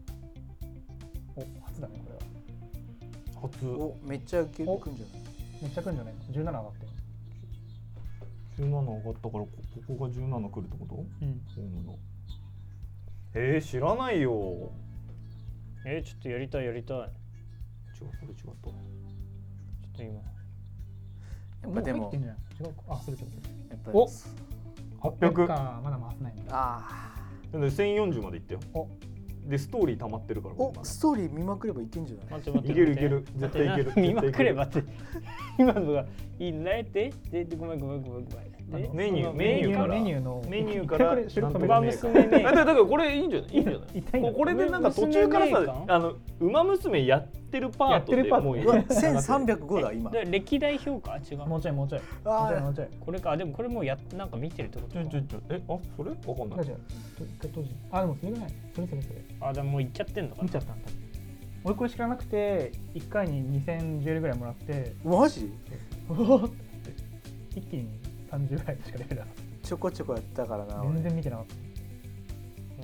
お初だねこれは。 初おめっちゃ受けるくんじゃない。 めっちゃくんじゃないの？じゅうなな上がってる。 じゅうなな上がったからここがじゅうなな来るってこと？ うん。 ホームの。えー、知らないよ。 えちょっとやりたいやりたい。 違うこれ違った。 ちょっと今やっぱでもう入ってんじゃない？違うか。あ、するけど。 やっぱおはっぴゃく。 かまだ回せないんだ。 あでせんよんじゅうまでいったよ。 おでストーリー溜まってるから。 あ。おストーリー見まくればいけんじゃない。 待って待っていけるいける絶対いける見まくればって今のがいいなえてででごめんごめんごめんごめん。 でメニューメニューからメニューのメニューからウマ娘メーカーだからこれいいんじゃないいいんじゃないこれでなんか途中からさあのウマ娘やってるパートでもうせんさんびゃくごだ今歴代評価違うもうちょいもうちょいあもうちょいこれかでもこれもうやなんか見てるってことちょちょちょえあそれわかんないあでもそれがないそれそれそれあでももう行っちゃってんのかな見ちゃったんだ俺これ知らなくていっかいににせんジュエルぐらいもらってマジうおって一気にさんじゅうぐらいしかレベルなかったちょこちょこやったからな全然見てなかった、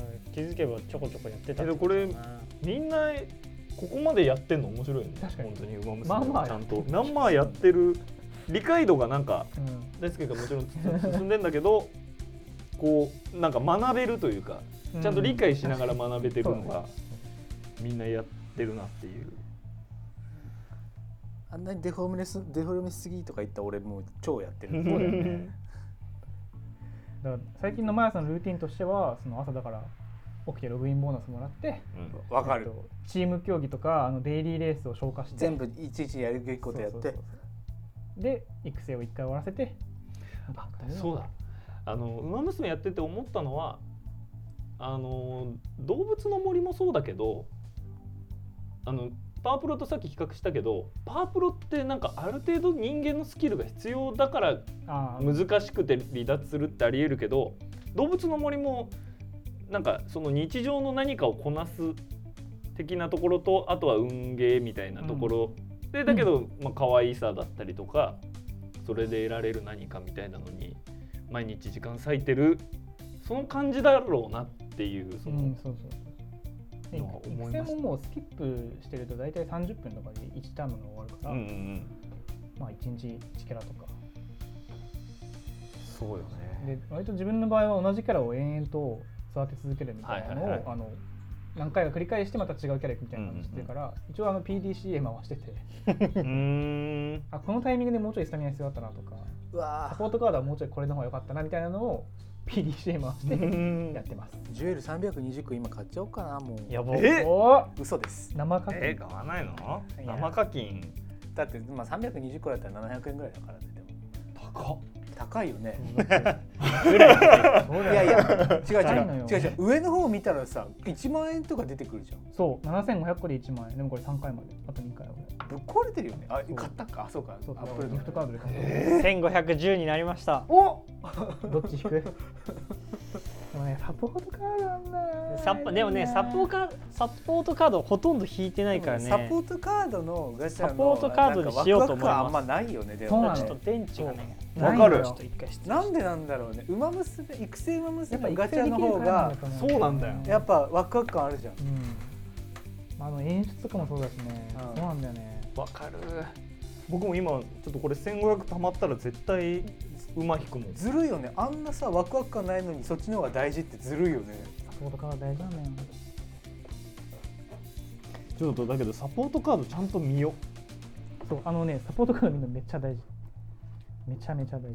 うん、気づけばちょこちょこやってたけどこれみんなここまでやってんの面白いよね確かに本当にウマ娘まあまあちゃんとまんまやってる理解度がなんか、 うん、 大輔がもちろん進んでんだけどこうなんか学べるというかちゃんと理解しながら学べてるのがみんなやってるなっていうあんなにデフォルメすデフォルメしすぎとか言った俺もう超やってるそうだよねだから最近のマヤさんのルーティンとしてはその朝だから起きてログインボーナスもらってわ、うん、かる、 えっと、チーム競技とかあのデイリーレースを消化して全部いちいちやるべきことやってそうそうそうそうで育成をいっかい終わらせてあそうだあのウマ娘やってて思ったのはあの動物の森もそうだけどあのパワープロとさっき比較したけどパワープロってなんかある程度人間のスキルが必要だから難しくて離脱するってありえるけど動物の森もなんかその日常の何かをこなす的なところとあとは運ゲーみたいなところ、うん、でだけど、まあ可愛さだったりとかそれで得られる何かみたいなのに毎日時間割いてるその感じだろうなっていうその、うん、そうそうのは思いました。 育成ももうスキップしてると大体さんじゅっぷんとかでいちタームが終わるから、うんうんうん、まあいちにちいちキャラとかそうよね。 で割と自分の場合は同じキャラを延々と育て続けるみたいなのを、はいはいはい、あの何回か繰り返してまた違うキャラ行くみたいな感じしてるから、うんうんうん、一応あの ピーディーシーエー 回しててうーんあこのタイミングでもうちょいスタミナ必要だったなとかうわサポートカードはもうちょいこれの方が良かったなみたいなのを ピーディーシーエー 回してやってます。 ジュエルさんびゃくにじゅっこ今買っちゃおうかなもう。 やばえお嘘です。 生課金え買わないの？生課金だってまあさんびゃくにじゅっこだったらななひゃくえんぐらいだからね。でも高っ高いよね。 ぐらいいやいや違う違う違う違う上の方見たらさいちまんえんとか出てくるじゃん。 そうななせんごひゃくこでいちまんえんでもこれさんかいまであとにかいはぶっ壊れてるよね。あ買ったかそうかそうアップルギフトカードで買った、 えー、せんごひゃくじゅうになりました。 おどっち引く？でもねサポートカードなんだよサポでもねサポカサポートカードほとんど引いてないからね。 サポートカードのガチャのサポートカードにしようと思います。 あんまないよね。でもちょっと電池がねわかる。 なんでなんだろうね。ウマ娘育成ウマ娘のガチャの方がそうなんだよ。 やっぱワクワク感あるじゃん。 うん、あの演出とかもそうだしね。うん、そうなんだよね。 わかる。僕も今ちょっとこれせんごひゃく貯まったら絶対馬引くもん。 ずるいよね。あんなさワクワク感ないのにそっちの方が大事ってずるいよね。 サポートカード大事なんだよ。 ちょっとだけどサポートカードちゃんと見よ。 そうあのねサポートカード見るのめっちゃ大事。めちゃめちゃ大事。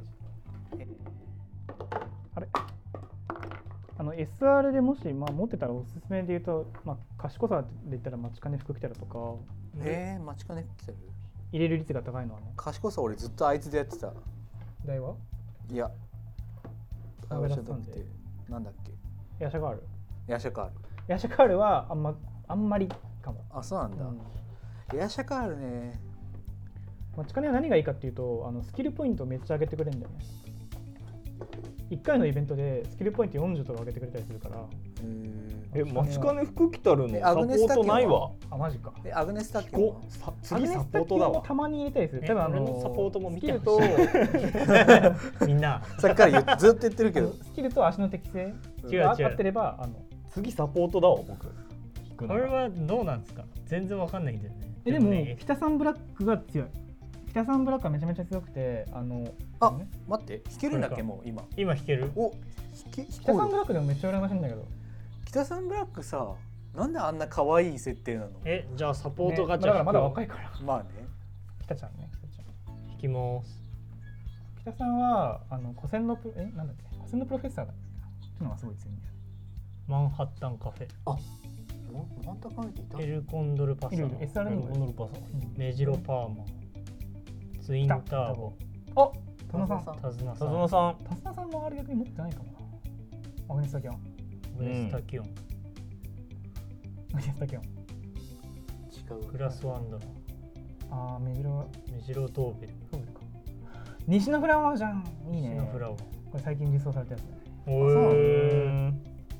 あれあの エスアール でもし、まあ、持ってたらおすすめで言うと、まあ、賢さで言ったら待ち金服来たらとかえー、待ち金来てる入れる率が高いのはね。 賢さ俺ずっとあいつでやってた。 台はいやあれだったんでなんだっけヤシャカールヤシャカールヤシャカールはあんまあんまりかも。 あそうなんだ、うん、ヤシャカールね待ち金は何がいいかっていうとあのスキルポイントをめっちゃ上げてくれるんだよね。いっかいのイベントでスキルポイントよんじゅうとか上げてくれたりするから。 え待ち金服来たるのサポートないわ。 あマジか。 えアグネスタッキンは次サポートだわ。 たまに入れたりする。多分あのサポートも見てるとみんなさっきからずっと言ってるけどスキルと足の適性が合ってればあの次サポートだわ僕。 これはどうなんですか。全然わかんないんだよね。 えでも北サンブラックが強い。北サンブラックはめちゃめちゃ強くてあのあ、ね、待って弾けるんだっけもう今今弾ける。 お北サンブラックでもめっちゃ羨ましいんだけど北サンブラックさなんであんな可愛い設定なの。 えじゃあサポートガチャ、 ね、だからまだ若いからまあね北ちゃんね北ちゃん弾きます北さんはあの古戦のプえなんだっけ古戦のプロフェッサーだっけっていうのがすごい強いんだよ。 マンハッタンカフェあマンタカフェっていたエルコンドルパサマエスアール にもエルコンドルパサマメジロパーマツインターボあ田野さん田綱さん田園さん田綱さんもあれ逆に持ってないかもな。アグネスタキオンウエスタキオン、 アグネスタキオン違うグラスワンダラー、 あーメジロメジロドーベル、 そうか西のフラワーじゃん。いいね。 シノフラワー。 これ最近実装されたやつね。 おー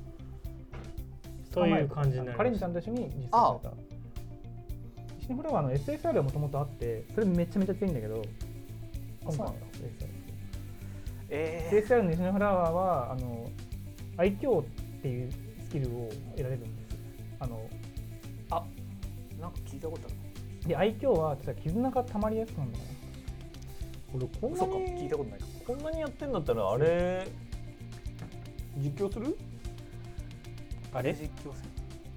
そういう感じになる。 カレンちゃんと一緒に実装された。西のフラワーの エスエスアール はもともとあって、それめちゃめちゃ強いんだけど、今回の エスエスアール。 えエスエスアール の西のフラワーはあの愛嬌っていうスキルを得られるんです。あのー、なんか聞いたことある。 で愛嬌は確か絆が溜まりやすくなるのかな。 これこんなそうか聞いにたことないかも。 こんなにやってんだったらあれ実況する？ あれ実況す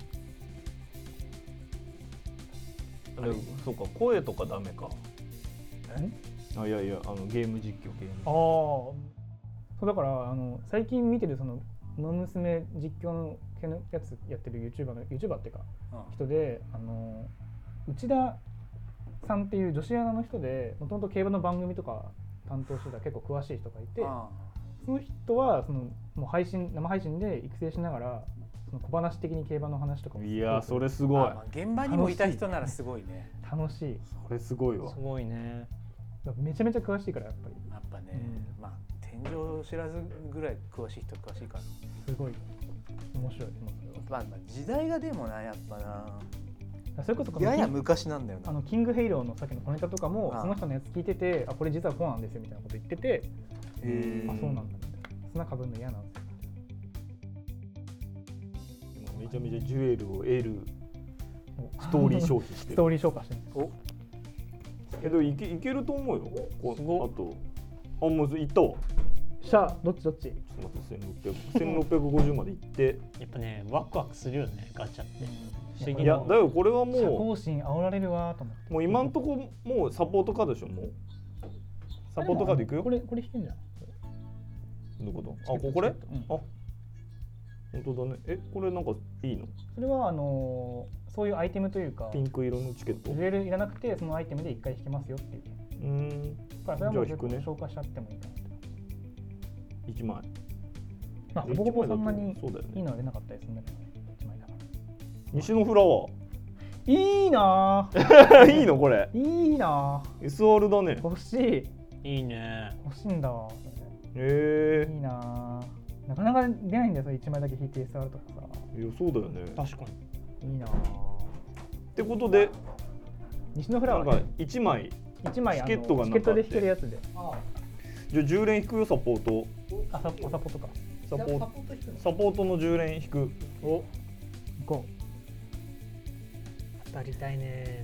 あれそうか声とかダメか。 る。 あいやいやあのゲーム実況ゲーム。 ああ、そうだからあの最近見てるそのウマ娘実況の系のやつやってる YouTuber の YouTuber っていうか人で、あの内田さんっていう女子アナの人でもともと競馬の番組とか担当してた結構詳しい人がいて、 あその人はそのもう配信生配信で育成しながらその小話的に競馬の話とかもいやそれすーごい。 あまあ現場にもいた人ならすごいね。 楽しい。 それすごいわす。ごいね。 めちゃめちゃ詳しいからやっぱりやっぱね、 うんまあ天井知らずぐらい詳しい人は詳しいから。 すごい面白いと思う。 まあまあ時代がでもなやっぱな。 それこそこのやや昔なんだよな。 あのキングヘイローのさっきの小ネタとかもああその人のやつ聞いてて、あこれ実はこうなんですよみたいなこと言ってて、 へーあそうなんだみたいな、砂かぶるの嫌なんですよ。 めちゃめちゃジュエルを得るストーリー消費してる。 ストーリー消化してる。 おけどいけいけると思うよ。こうあとあもう行ったわ。 しゃどっちどっち？ ちょっと待ってせんろっぴゃく、せんろっぴゃくごじゅうまで行って。 やっぱねワクワクするよねガチャって。不思議いやな。 だよこれは社も交心煽られるわーと思って。 うもう今んとこもうサポートカードでしょもう。サポートカードいくよ。 これこれ引けんじゃん。 どういうこと？あここれ？ うんあ本当だね。えこれなんかいいの？ それはあのーそういうアイテムというか、 ピンク色のチケット。 ジュエルいらなくてそのアイテムで一回引けますよっていう。 うーん。 だからそれはもうじゃあ引くね消化しちゃってもいいかなって。 いちまい。 まあほぼほぼそんなにそうだよねいいのは出なかったりするんだけどね。いちまいだから。 西のフラワいいなー。 ー。いいのこれ。 いいなー。 エスアール だね。 欲しい。 いいね。 欲しいんだわ。 へいいなぁ。なかなか出ないんだよ、それいちまいだけ引いて エスアール とかさ。 え。いやそうだよね。 確かに。 いいなぁ。 ってことで西のフラなんかワーいちまいいちまいあのチケットがチケットでなんかあって引けるやつで。 じゃあじゅう連引くよサポート。 あ、サポサポとか。 サポートサポートのじゅう連引く。 お行こ当たりたいね。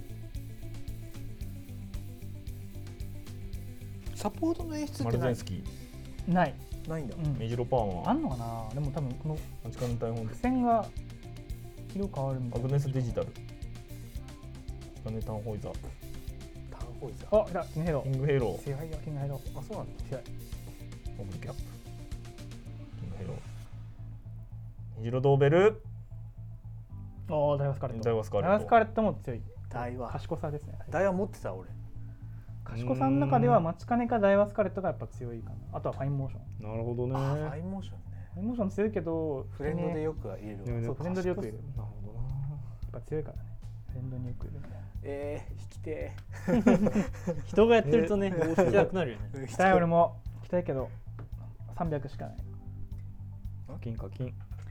サポートの演出ってないマルゼンスキー。 う。ない。 ないんだ。 うんメジロパーマあんのかな。でも多分このマチカン大本付箋が色変わるみたいな。 アグネスデジタルガネタンホイザータウンホイザー。 あ、いた、キングヘイロキングヘイローー。強いよ、キングヘイロー。 あそうなんだ。 強い。 オブキャップキングヘイローメジロドーベルおー、ダイワスカレット。 ダイワスカレットダイワスカレットも強い。 大和。 賢さですね。 大和持ってた俺。 賢さの中ではマチカネかダイワスカレットがやっぱ強いかな。あとはファインモーション。 なるほどね。 あファインモーションね。 ファインモーション強いけど、 フレンドでよく入れるわ。 ねそうフレンドでよく入れる。 なるほどな。 やっぱ強いからね。フレンドによくいるね。 えー、引きて人がやってるとね、どうしなくなるよね。 ー。 期待俺も期待けどさんびゃくしかない。 課金課金。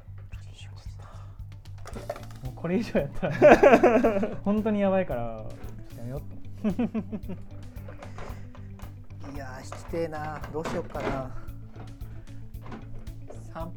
もうこれ以上やったら、ね、本当にやばいからちょっとやめようと。 いやー引きてえな。どうしよっかな。三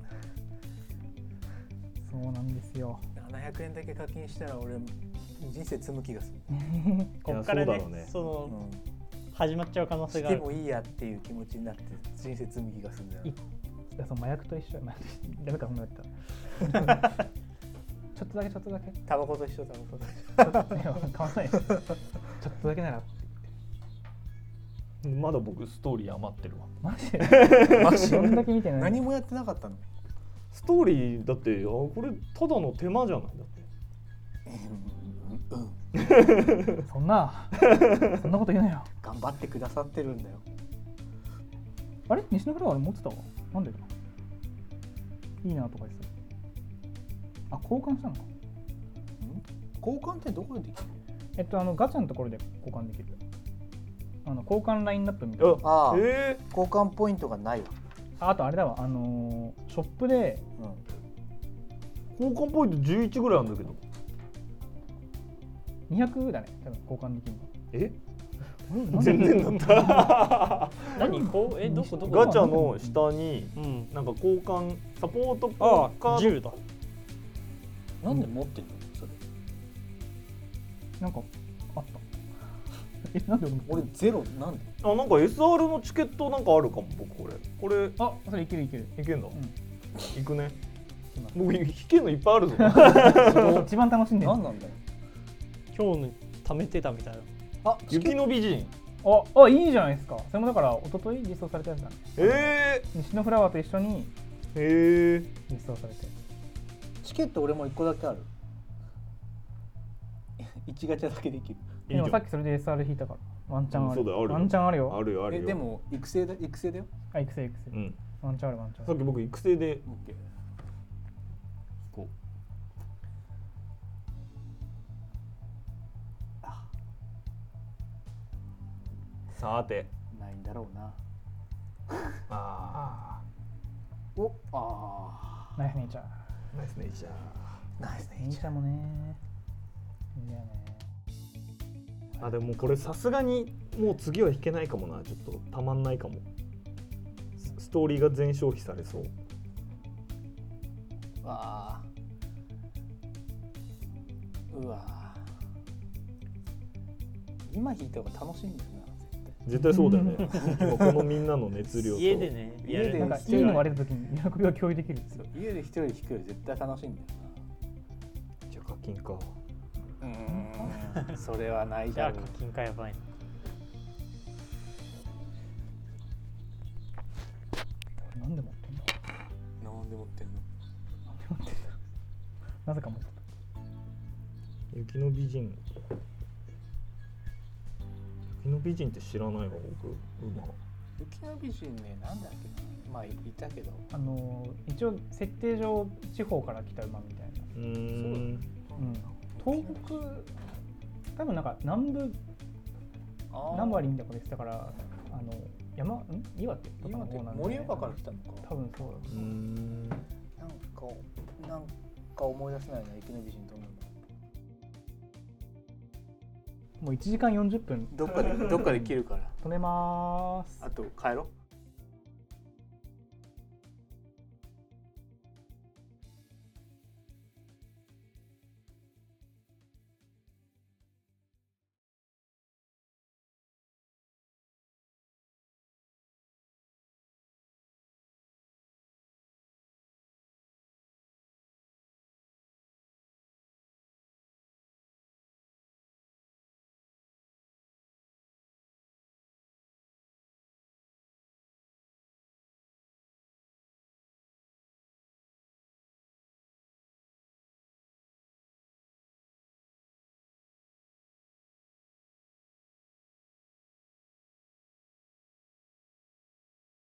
そうなんですよ。 ななひゃくえんだけ課金したら俺人生積む気がする。 こっからね、 いやそうだろうねそのうん。 始まっちゃう可能性しがある。 てもいいやっていう気持ちになって人生積む気がするんだよい。いやその麻薬と一緒。麻薬と一緒ダメかそんな言ったら。ちょっとだけちょっとだけ。 タバコと一緒タバコと一緒。 いや買わないよ。ちょっとだけなら。 まだ僕ストーリー余ってるわ。 マジで。 マジどんだけ見てない。 何もやってなかったの。 ストーリーだってあこれただの手間じゃないだって。 うん。 そんなそんなこと言うなよ。 頑張ってくださってるんだよ。 あれ西のフラワー持ってたわ。なんでだ。いいなとか言ってた。あ、交換したのか。 交換ってどこでできる？ えっとあのガチャのところで交換できる。あの交換ラインナップみたいな。 ああ、 え交換ポイントがないわ。 あ, あとあれだわ、あのー、ショップで、 うん、 交換ポイントじゅういちぐらいあるんだけど。 にひゃくだね、多分交換できるの。 えなんで全然だった何こうえどこどこガチャの下にうんなんか交換サポートあカードあじゅうだなんで持ってんのそれ？ なんかあった。え、なんで俺俺ゼロなんで？ あ、なんか エスアール のチケットなんかあるかも僕これこれあ、それいけるいける。 いけんだ、 うん、 行くね。 今僕引けんのいっぱいあるぞ一番楽しんでる。 何なんだよ。 今日の貯めてたみたいな。 あ、 雪の美人。 あ、あ、いいじゃないですか。それもだから一昨日実装されたやつだね。 え西のフラワーと一緒にー、えー、 実装されて。 チケット俺もいっこだけある。いちガチャだけできる。 いいじゃんでもさっきそれで エスアール 引いたからワンチャンある。 うんそうだよあるよワンチャンあるよ。 あるよあるよ。 えでも育成だ育成だよ。 あ、育成育成。 うんワンチャンあるワンチャンある。 さっき僕育成でオッケー。 こうさてないんだろうな。 あお、あナイスネイチャー。 あナイスネイチャー。 ー、ナイスね。 ネイチャーもね。いいんだよね。 あでもこれさすがにもう次は弾けないかもな。ちょっとたまんないかも。スストーリーが全消費されそう。 わあ。うわあ。今弾いた方が楽しいんだよな。 絶対そうだよね今このみんなの熱量と家でね家でなんかいいのが出た時に喜びを共有できるんですよ。 家で一人で弾くより絶対楽しいんだよじゃあ課金か。 な。うん。それはないじゃあだろう。 課金かやばいな。 なんで持ってんだ。 なんで持ってんの？ なんで持ってんだ。なぜか持ってた。 雪の美人。雪の美人って知らないわ僕。馬。 雪の美人ね、なんだっけな。まあいたけど。 あのー、一応設定上地方から来た馬みたいな。 うーん。 うん。東北多分なんか南部南部はリンダコです。だからあの山ん岩手とかの方なんで、 盛岡から来たのか。 多分そうだ。 うーん。 なんかなんか思い出せないな。雪の美人どんなんだ。 もういちじかんよんじゅっぷんどっかでどっかで切るから。 止めまーす。 あと帰ろう。